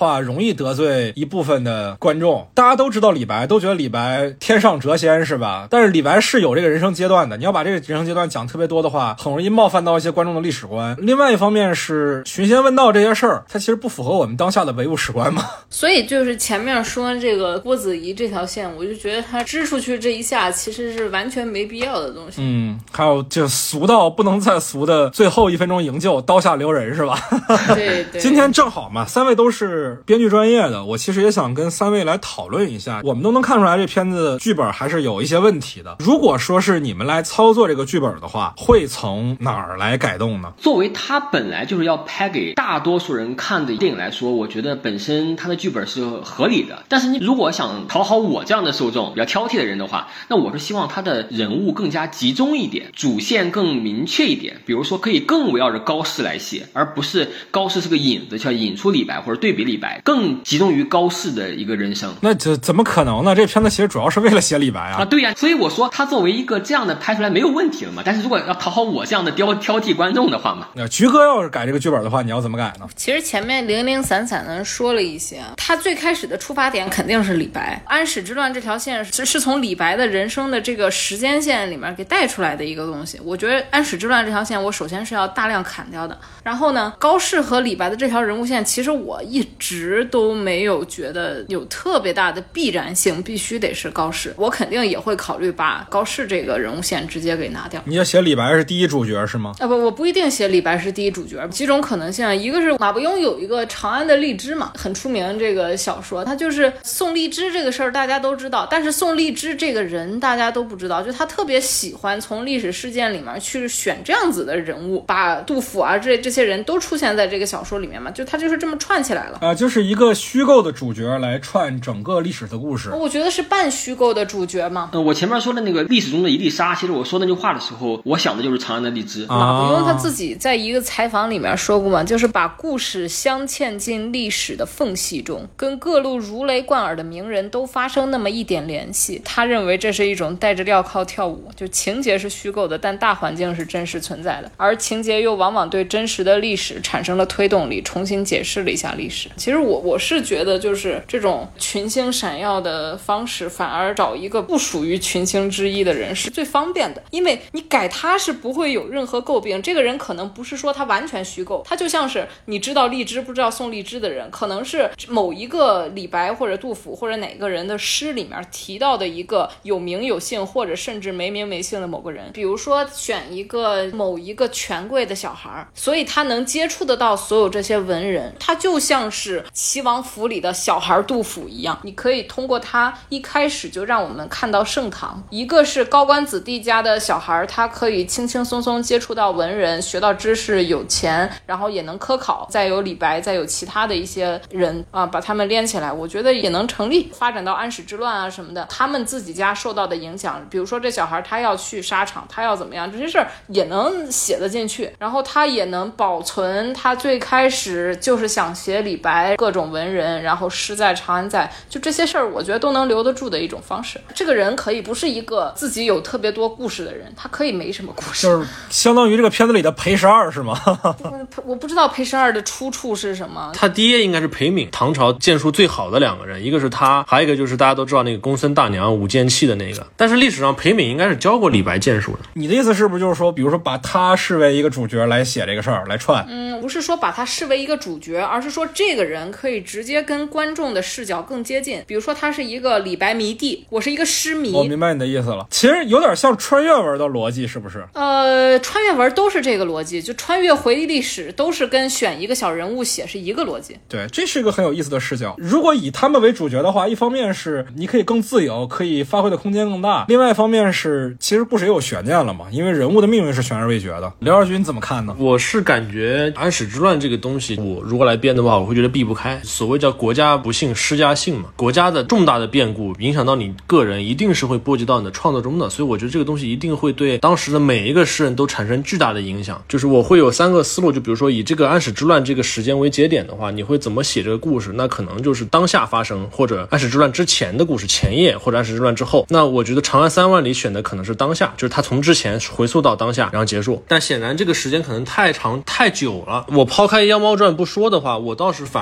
易得罪一部分的观众。大家都知道李白，都觉得李白天上谪仙是吧？但是李白是有这个人生阶段的，你要把这个人生阶段讲特别多的话，很容易冒犯到一些观众的历史观。另外一方面是寻仙问道这些事儿，它其实不符合我们当下的唯物史观嘛。 所以就是前面说这个郭子仪这条线，我就觉得他支出去这一下其实是完全没必要的东西。 嗯，还有就俗到不能再俗的最后一分钟营救，刀下留人是吧？ 对对。 今天正好嘛，三位都是编剧专业的，我其实也想跟三位来讨论一下。我们都能看出来这片子剧本还是有一些问题的。如果说是你们来操作这个剧本的话，会从哪儿来改动呢？ 作为他本来就是要拍给大多数人看的电影来说，我觉得本身他的剧本是合理的。但是你如果想讨好我这样的受众，比较挑剔的人的话，那我是希望他的人物更加集中一点，主线更明确一点。比如说可以更围绕着高适来写，而不是高适是个引子，就要引出李白或者对比李白，更集中于高适的一个人生。 那这怎么可能呢？这片子其实主要是为了写李白啊。 啊，对呀、啊，所以我说他作为一个这样的拍出来没有问题了嘛。但是如果要讨好我这样的挑挑剔观众的话嘛， 那菊哥要是改这个剧本的话，你要怎么改呢？ 其实前面零零散散的说了一些，他最开始的出发点肯定是李白，安史之乱这条线是是从李白的人生的这个时间线里面给带出来的一个东西。我觉得安史之乱这条线我首先是要大量砍掉的。然后呢，高适和李白的这条人物线，其实我一直都没有觉得有特别大的必然性必须得是高适，我肯定也会考虑把高适这个人物线直接给拿掉。 你要写李白是第一主角是吗？ 啊不，我不一定写李白是第一主角，几种可能性。一个是马伯庸有一个长安的荔枝嘛，很出名这个小说，他就是送荔枝这个事儿大家都知道，但是送荔枝这个人大家都不知道，就他特别喜欢从历史事件里面去选这样子的人物，把杜甫啊这这些人都出现在这个小说里面嘛，就他就是这么串起来了啊、 呃，就是一个虚构的主角来串整个历史的故事。 我觉得是半虚构的主角嘛。 呃，我前面说的那个历史中的一粒沙，其实我说那句话的时候，我想的就是长安的荔枝。 马伯庸他自己在一个采访里面说过嘛，就是把故事镶嵌进历史的缝隙中，跟各路如雷贯耳的名人都发生那么一点联系。他认为这是一种带着镣铐跳舞，就情节是虚构的，但大环境是真实存在的，而情节又往往对真实的历史产生了推动力，重新解释了一下历史。其实我我是觉得就是这种群星闪耀的方式，反而找一个不属于群星之一的人是最方便的，因为你改他是不会有任何诟病。这个人可能不是说他完全虚构，他就像是你知道荔枝不知道送荔枝的人，可能是某一个李白或者杜甫或者哪个人的诗里面提到的一个有名有姓或者甚至没名没姓的某个人。比如说选一个某一个权贵的小孩，所以他能接触得到所有这些文人，他就像是齐王府里的小孩杜甫一样，你可以通过他一开始就让我们看到盛唐。一个是高官子弟家的小孩，他可以轻轻松松接触到文人，学到知识，有钱，然后也能科考，再有李白，再有其他的一些人啊，把他们连起来，我觉得也能成立。发展到安史之乱啊什么的，他们自己家受到的影响，比如说这小孩他要去沙场，他要怎么样，这些事儿也能写得进去。然后他也能保存他最开始就是想写李白各种文人，然后诗在长安在，就这些事儿我觉得都能留得住的一种方式。这个人可以不是一个自己有特别多故事的人，他可以没什么故事， 就是相当于这个片子里的裴十二是吗？ 我不知道裴十二的出处是什么。 他爹应该是裴敏，唐朝剑术最好的两个人，一个是他，还有一个就是大家都知道那个公孙大娘舞剑器的那个。但是历史上裴敏应该是教过李白剑术的。 你的意思是不是就是说，比如说把他视为一个主角来写这个事儿来串？ 嗯，不是说把他视为一个主角，而是说这个人可以直接跟观众的视角更接近。比如说他是一个李白迷弟，我是一个诗迷。 我明白你的意思了，其实有点像穿越文的逻辑，是不是？ 呃，穿越文都是这个逻辑，就穿越回忆历史都是跟选一个小人物写是一个逻辑。 对，这是一个很有意思的视角。如果以他们为主角的话，一方面是你可以更自由，可以发挥的空间更大，另外一方面是其实故事也有悬念了嘛，因为人物的命运是悬而未决的。刘二军怎么看呢？ 我是感觉安史之乱这个东西，我如果来编的话，我会觉得避不开。所谓叫国家不幸施家幸嘛，国家的重大的变故影响到你个人，一定是会波及到你的创作中的，所以我觉得这个东西一定会对当时的每一个诗人都产生巨大的影响。就是我会有三个思路，就比如说以这个安史之乱这个时间为节点的话，你会怎么写这个故事？那可能就是当下发生，或者安史之乱之前的故事前夜，或者安史之乱之后。那我觉得长安三万里选的可能是当下，就是他从之前回溯到当下然后结束，但显然这个时间可能太长太久了。我抛开妖猫传不说的话，我倒是反而对白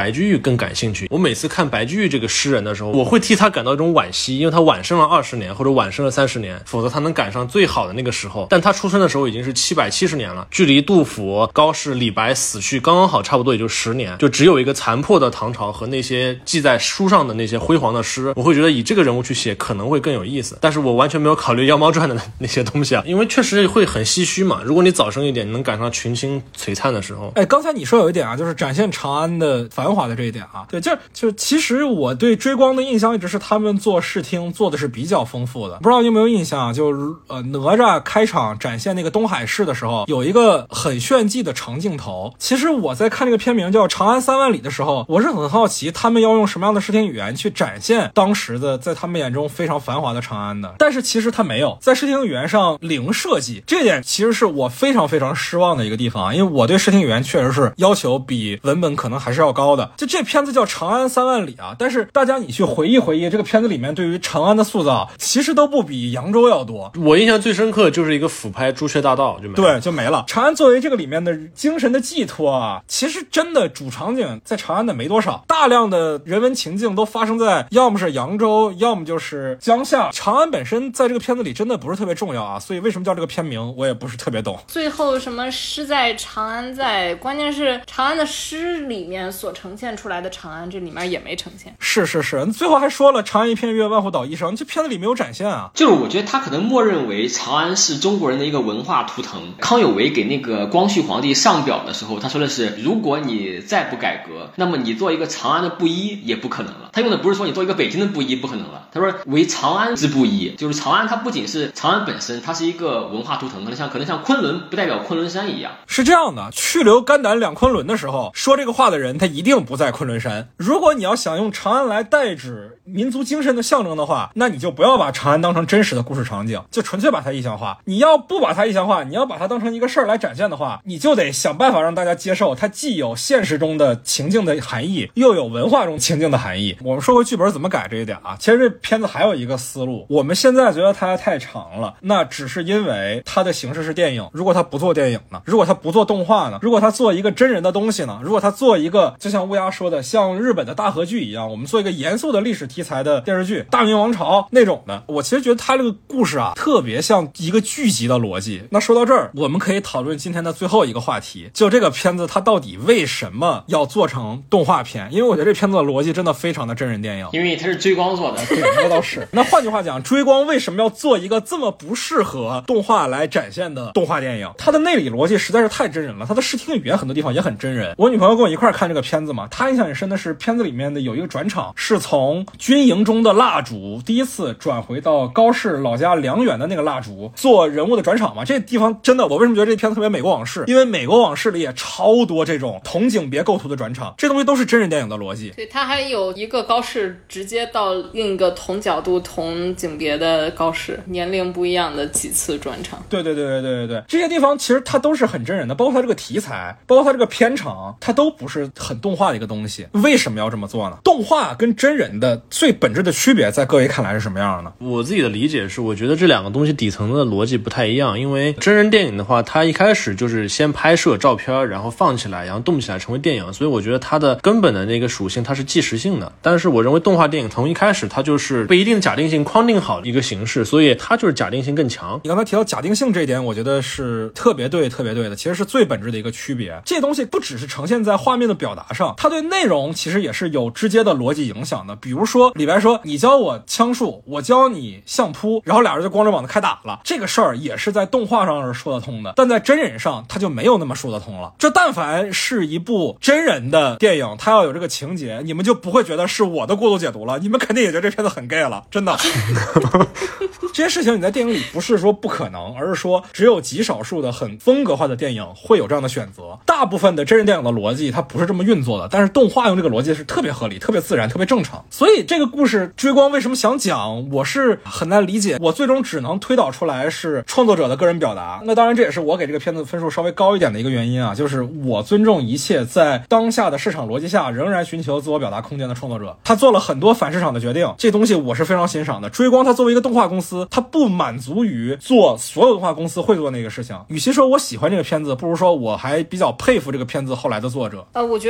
白居易更感兴趣。我每次看白居易这个诗人的时候，我会替他感到一种惋惜，因为他晚生了二十年或者晚生了三十年，否则他能赶上最好的那个时候。但他出生的时候已经是七百七十年了，距离杜甫、高适、李白死去刚刚好，差不多也就十年，就只有一个残破的唐朝和那些记在书上的那些辉煌的诗。我会觉得以这个人物去写可能会更有意思，但是我完全没有考虑《妖猫传》的那些东西啊，因为确实会很唏嘘嘛。如果你早生一点，能赶上群星璀璨的时候。 哎，刚才你说有一点啊，就是展现长安的繁华的这一点啊，对，就就其实我对追光的印象一直是他们做视听做的是比较丰富的，不知道你有没有印象，就是呃哪吒开场展现那个东海市的时候，有一个很炫技的长镜头。其实我在看这个片名叫《长安三万里》的时候，我是很好奇他们要用什么样的视听语言去展现当时的在他们眼中非常繁华的长安的，但是其实他没有在视听语言上零设计，这点其实是我非常非常失望的一个地方啊，因为我对视听语言确实是要求比文本可能还是要高的。就这片子叫《长安三万里》啊，但是大家你去回忆回忆这个片子里面对于长安的塑造，其实都不比扬州要多。 我印象最深刻就是一个俯拍朱雀大道就没了， 对，就没了。长安作为这个里面的精神的寄托啊，其实真的主场景在长安的没多少，大量的人文情境都发生在要么是扬州，要么就是江夏。长安本身在这个片子里真的不是特别重要啊，所以为什么叫这个片名我也不是特别懂。 最后什么诗在长安在，关键是长安的诗里面所呈现出来的长安这里面也没呈现。 是是是，最后还说了长安一片月，万户岛一声，这片子里没有展现啊。 就是我觉得他可能默认为长安是中国人的一个文化图腾。康有为给那个光绪皇帝上表的时候，他说的是如果你再不改革，那么你做一个长安的布衣也不可能了。他用的不是说你做一个北京的布衣不可能了，他说为长安之布衣，就是长安它不仅是长安本身，它是一个文化图腾，可能像可能像昆仑不代表昆仑山一样。 是这样的，去留肝胆两昆仑的时候说这个话的人他一定不在昆仑山。如果你要想用长安来代指民族精神的象征的话，那你就不要把长安当成真实的故事场景，就纯粹把它意象化。你要不把它意象化，你要把它当成一个事儿来展现的话，你就得想办法让大家接受它既有现实中的情境的含义，又有文化中情境的含义。我们说回剧本怎么改这一点啊，其实这片子还有一个思路，我们现在觉得它太长了，那只是因为它的形式是电影。如果它不做电影呢？如果它不做动画呢？如果它做一个真人的东西呢？如果它做一个就像乌鸦说的像日本的大河剧一样，我们做一个严肃的历史题材的电视剧，大明王朝那种的，我其实觉得它这个故事啊特别像一个剧集的逻辑。那说到这儿，我们可以讨论今天的最后一个话题，就这个片子它到底为什么要做成动画片？因为我觉得这片子的逻辑真的非常的真人电影， 因为它是追光做的。 对，那倒是。那换句话讲，追光为什么要做一个这么不适合动画来展现的动画电影？它的内里逻辑实在是太真人了，它的视听语言很多地方也很真人。我女朋友跟我一块看这个片子嘛，她印象很深的是片子里面的有一个转场，是从军营中的蜡烛第一次转回到高适老家梁远的那个蜡烛做人物的转场嘛。这地方真的，我为什么觉得这片子特别美国往事？因为美国往事里也超多这种同景别构图的转场，这东西都是真人电影的逻辑。 对，它还有一个高适直接到另一个同角度同景别的高适，年龄不一样的几次转场。 对对对对对对对，这些地方其实它都是很真人的，包括它这个题材，包括它这个片长，它都不是很动画的一个东西。为什么要这么做呢？动画跟真人的最本质的区别在各位看来是什么样的呢？ 我自己的理解是，我觉得这两个东西底层的逻辑不太一样。因为真人电影的话，它一开始就是先拍摄照片，然后放起来，然后动起来成为电影，所以我觉得它的根本的那个属性它是即时性的。但是我认为动画电影从一开始它就是被一定假定性框定好的一个形式，所以它就是假定性更强。 你刚才提到假定性这一点，我觉得是特别对特别对的，其实是最本质的一个区别。这东西不只是呈现在画面的表达上，它对内容其实也是有直接的逻辑影响的。比如说李白说你教我枪术，我教你相扑，然后俩人就光着膀子开打了，这个事儿也是在动画上是说得通的，但在真人上它就没有那么说得通了。这但凡是一部真人的电影，它要有这个情节，你们就不会觉得是我的过度解读了，你们肯定也觉得这片子很 gay 了，真的。这些事情你在电影里不是说不可能，而是说只有极少数的很风格化的电影会有这样的选择，大部分的真人电影的逻辑它不是这么运作的，但是动画用这个逻辑是特别合理特别自然特别正常。所以这个故事追光为什么想讲，我是很难理解，我最终只能推导出来是创作者的个人表达。那当然这也是我给这个片子分数稍微高一点的一个原因啊，就是我尊重一切在当下的市场逻辑下仍然寻求自我表达空间的创作者，他做了很多反市场的决定，这东西我是非常欣赏的。追光它作为一个动画公司，它不满足于做所有动画公司会做那个事情，与其说我喜欢这个片子，不如说我还比较佩服这个片子后来的作者。 呃，我觉得动画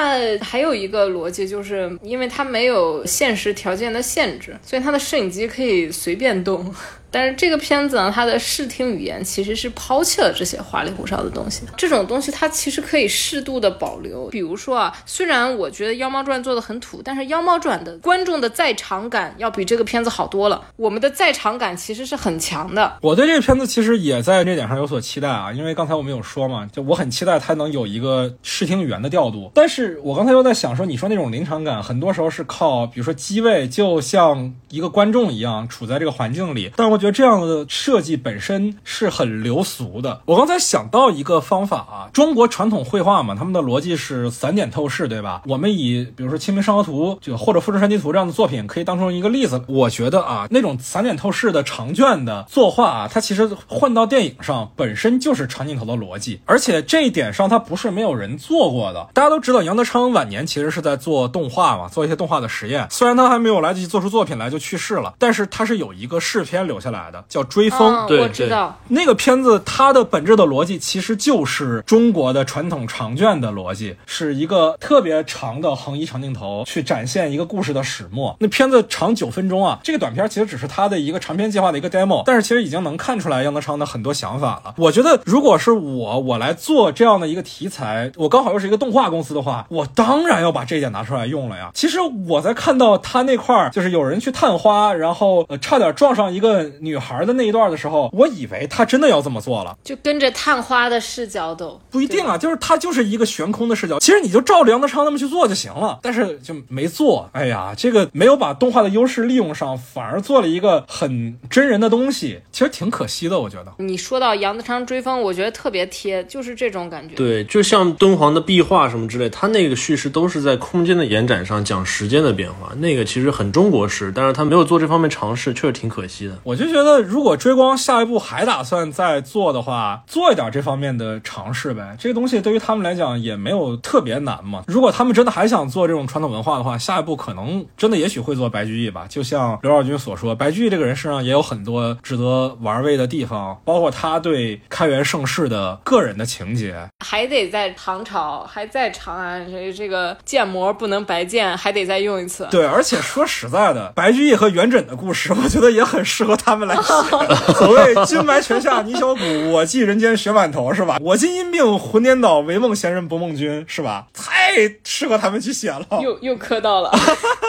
它还有一个逻辑，就是因为它没有现实条件的限制，所以它的摄影机可以随便动。但是这个片子呢，它的视听语言其实是抛弃了这些花里胡哨的东西，这种东西它其实可以适度的保留。比如说啊，虽然我觉得《妖猫传》做的很土，但是《妖猫传》的观众的在场感要比这个片子好多了，我们的在场感其实是很强的。 我对这个片子其实也在这点上有所期待啊，因为刚才我们有说嘛，就我很期待它能有一个视听语言的调度。但是我刚才又在想说，你说那种临场感很多时候是靠比如说机位就像一个观众一样处在这个环境里，但是我觉得这样的设计本身是很流俗的。我刚才想到一个方法啊，中国传统绘画嘛，他们的逻辑是散点透视，对吧？我们以比如说《清明上河图》就或者《富春山居图》这样的作品可以当成一个例子。我觉得啊，那种散点透视的长卷的作画啊，它其实换到电影上本身就是长镜头的逻辑，而且这一点上它不是没有人做过的。大家都知道杨德昌晚年其实是在做动画嘛，做一些动画的实验，虽然他还没有来得及做出作品来就去世了，但是他是有一个试片留下来的，叫追风、 哦、 对， 我知道那个片子它的本质的逻辑其实就是中国的传统长卷的逻辑，是一个特别长的横移长镜头去展现一个故事的始末。那片子长九分钟啊，这个短片其实只是他的一个长篇计划的一个 demo， 但是其实已经能看出来杨德昌的很多想法了。我觉得如果是我我来做这样的一个题材，我刚好又是一个动画公司的话，我当然要把这一点拿出来用了呀。其实我在看到他那块就是有人去探花，然后、呃、差点撞上一个女孩的那一段的时候，我以为他真的要这么做了， 就跟着探花的视角走。 不一定啊，就是他就是一个悬空的视角，其实你就照着杨德昌那么去做就行了，但是就没做。哎呀，这个没有把动画的优势利用上，反而做了一个很真人的东西，其实挺可惜的。我觉得你说到杨德昌追风，我觉得特别贴，就是这种感觉。 对，就像敦煌的壁画什么之类，他那个叙事都是在空间的延展上讲时间的变化，那个其实很中国式，但是他没有做这方面尝试，确实挺可惜的。 我就觉得如果追光下一步还打算再做的话，做一点这方面的尝试呗，这个东西对于他们来讲也没有特别难嘛。如果他们真的还想做这种传统文化的话，下一步可能真的也许会做白居易吧。就像刘少军所说，白居易这个人身上也有很多值得玩味的地方，包括他对开元盛世的个人的情节。 还得在唐朝，还在长安，这这个建模不能白建，还得再用一次。 对，而且说实在的，白居易和元稹的故事我觉得也很适合他们来写。所谓君埋泉下泥小骨，我寄人间雪满头，是吧？我今因病魂颠倒，唯梦闲人不梦君，是吧？太适合他们去写了。 又又磕到了。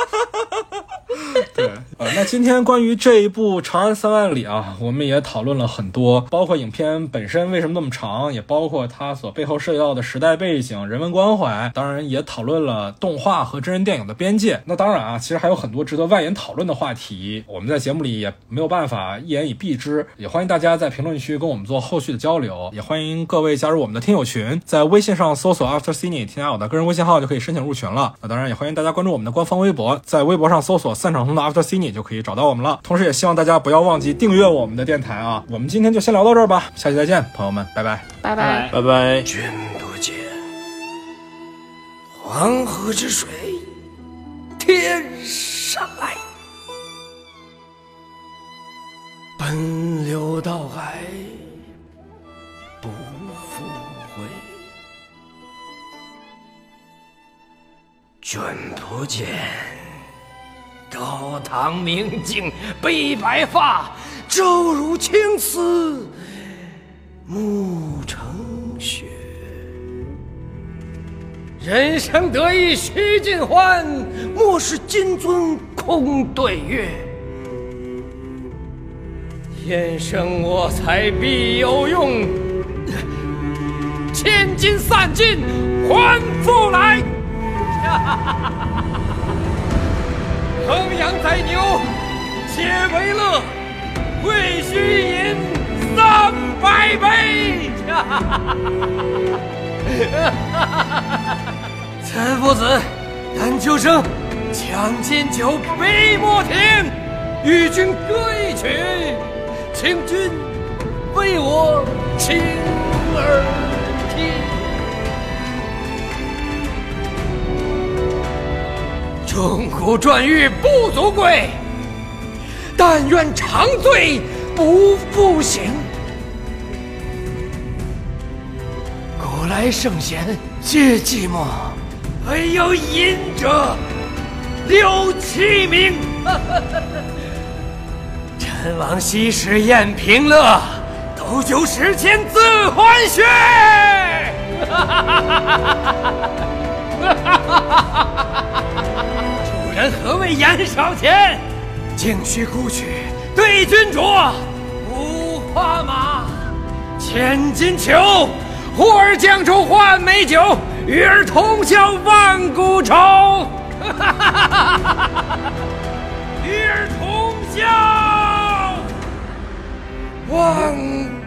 对，呃，那今天关于这一部《长安三万里》啊，我们也讨论了很多，包括影片本身为什么那么长，也包括它所背后涉及到的时代背景、人文关怀，当然也讨论了动画和真人电影的边界。那当然啊，其实还有很多值得外延讨论的话题，我们在节目里也没有办法一言以蔽之，也欢迎大家在评论区跟我们做后续的交流，也欢迎各位加入我们的听友群，在微信上搜索 After Cine， 添加我的个人微信号就可以申请入群了。那当然也欢迎大家关注我们的官方微博，在微博上搜索散场通的 After Cine 就可以找到我们了。同时也希望大家不要忘记订阅我们的电台啊。我们今天就先聊到这儿吧，下期再见，朋友们，拜拜， 拜拜， 拜拜。 君不见，黄河之水天上来，奔流到海不复回。君不见，高堂明镜悲白发，周如青丝暮成雪。人生得意须尽欢，莫使金樽空对月。天生我材必有用，千金散尽还复来。衡阳宰牛皆为乐，会须饮三百杯。岑夫子，但求生，将进酒，杯莫停，与君歌一曲，请君为我倾耳听。钟鼓馔玉不足贵，但愿长醉不复醒。古来圣贤皆寂寞， 唯有隐者刘其明。陈王昔时宴平乐，斗酒十千恣欢谑。主人何为言少钱？径须沽取对君主五花马、千金裘，呼儿将出换美酒，与尔同销万古愁。与尔同销万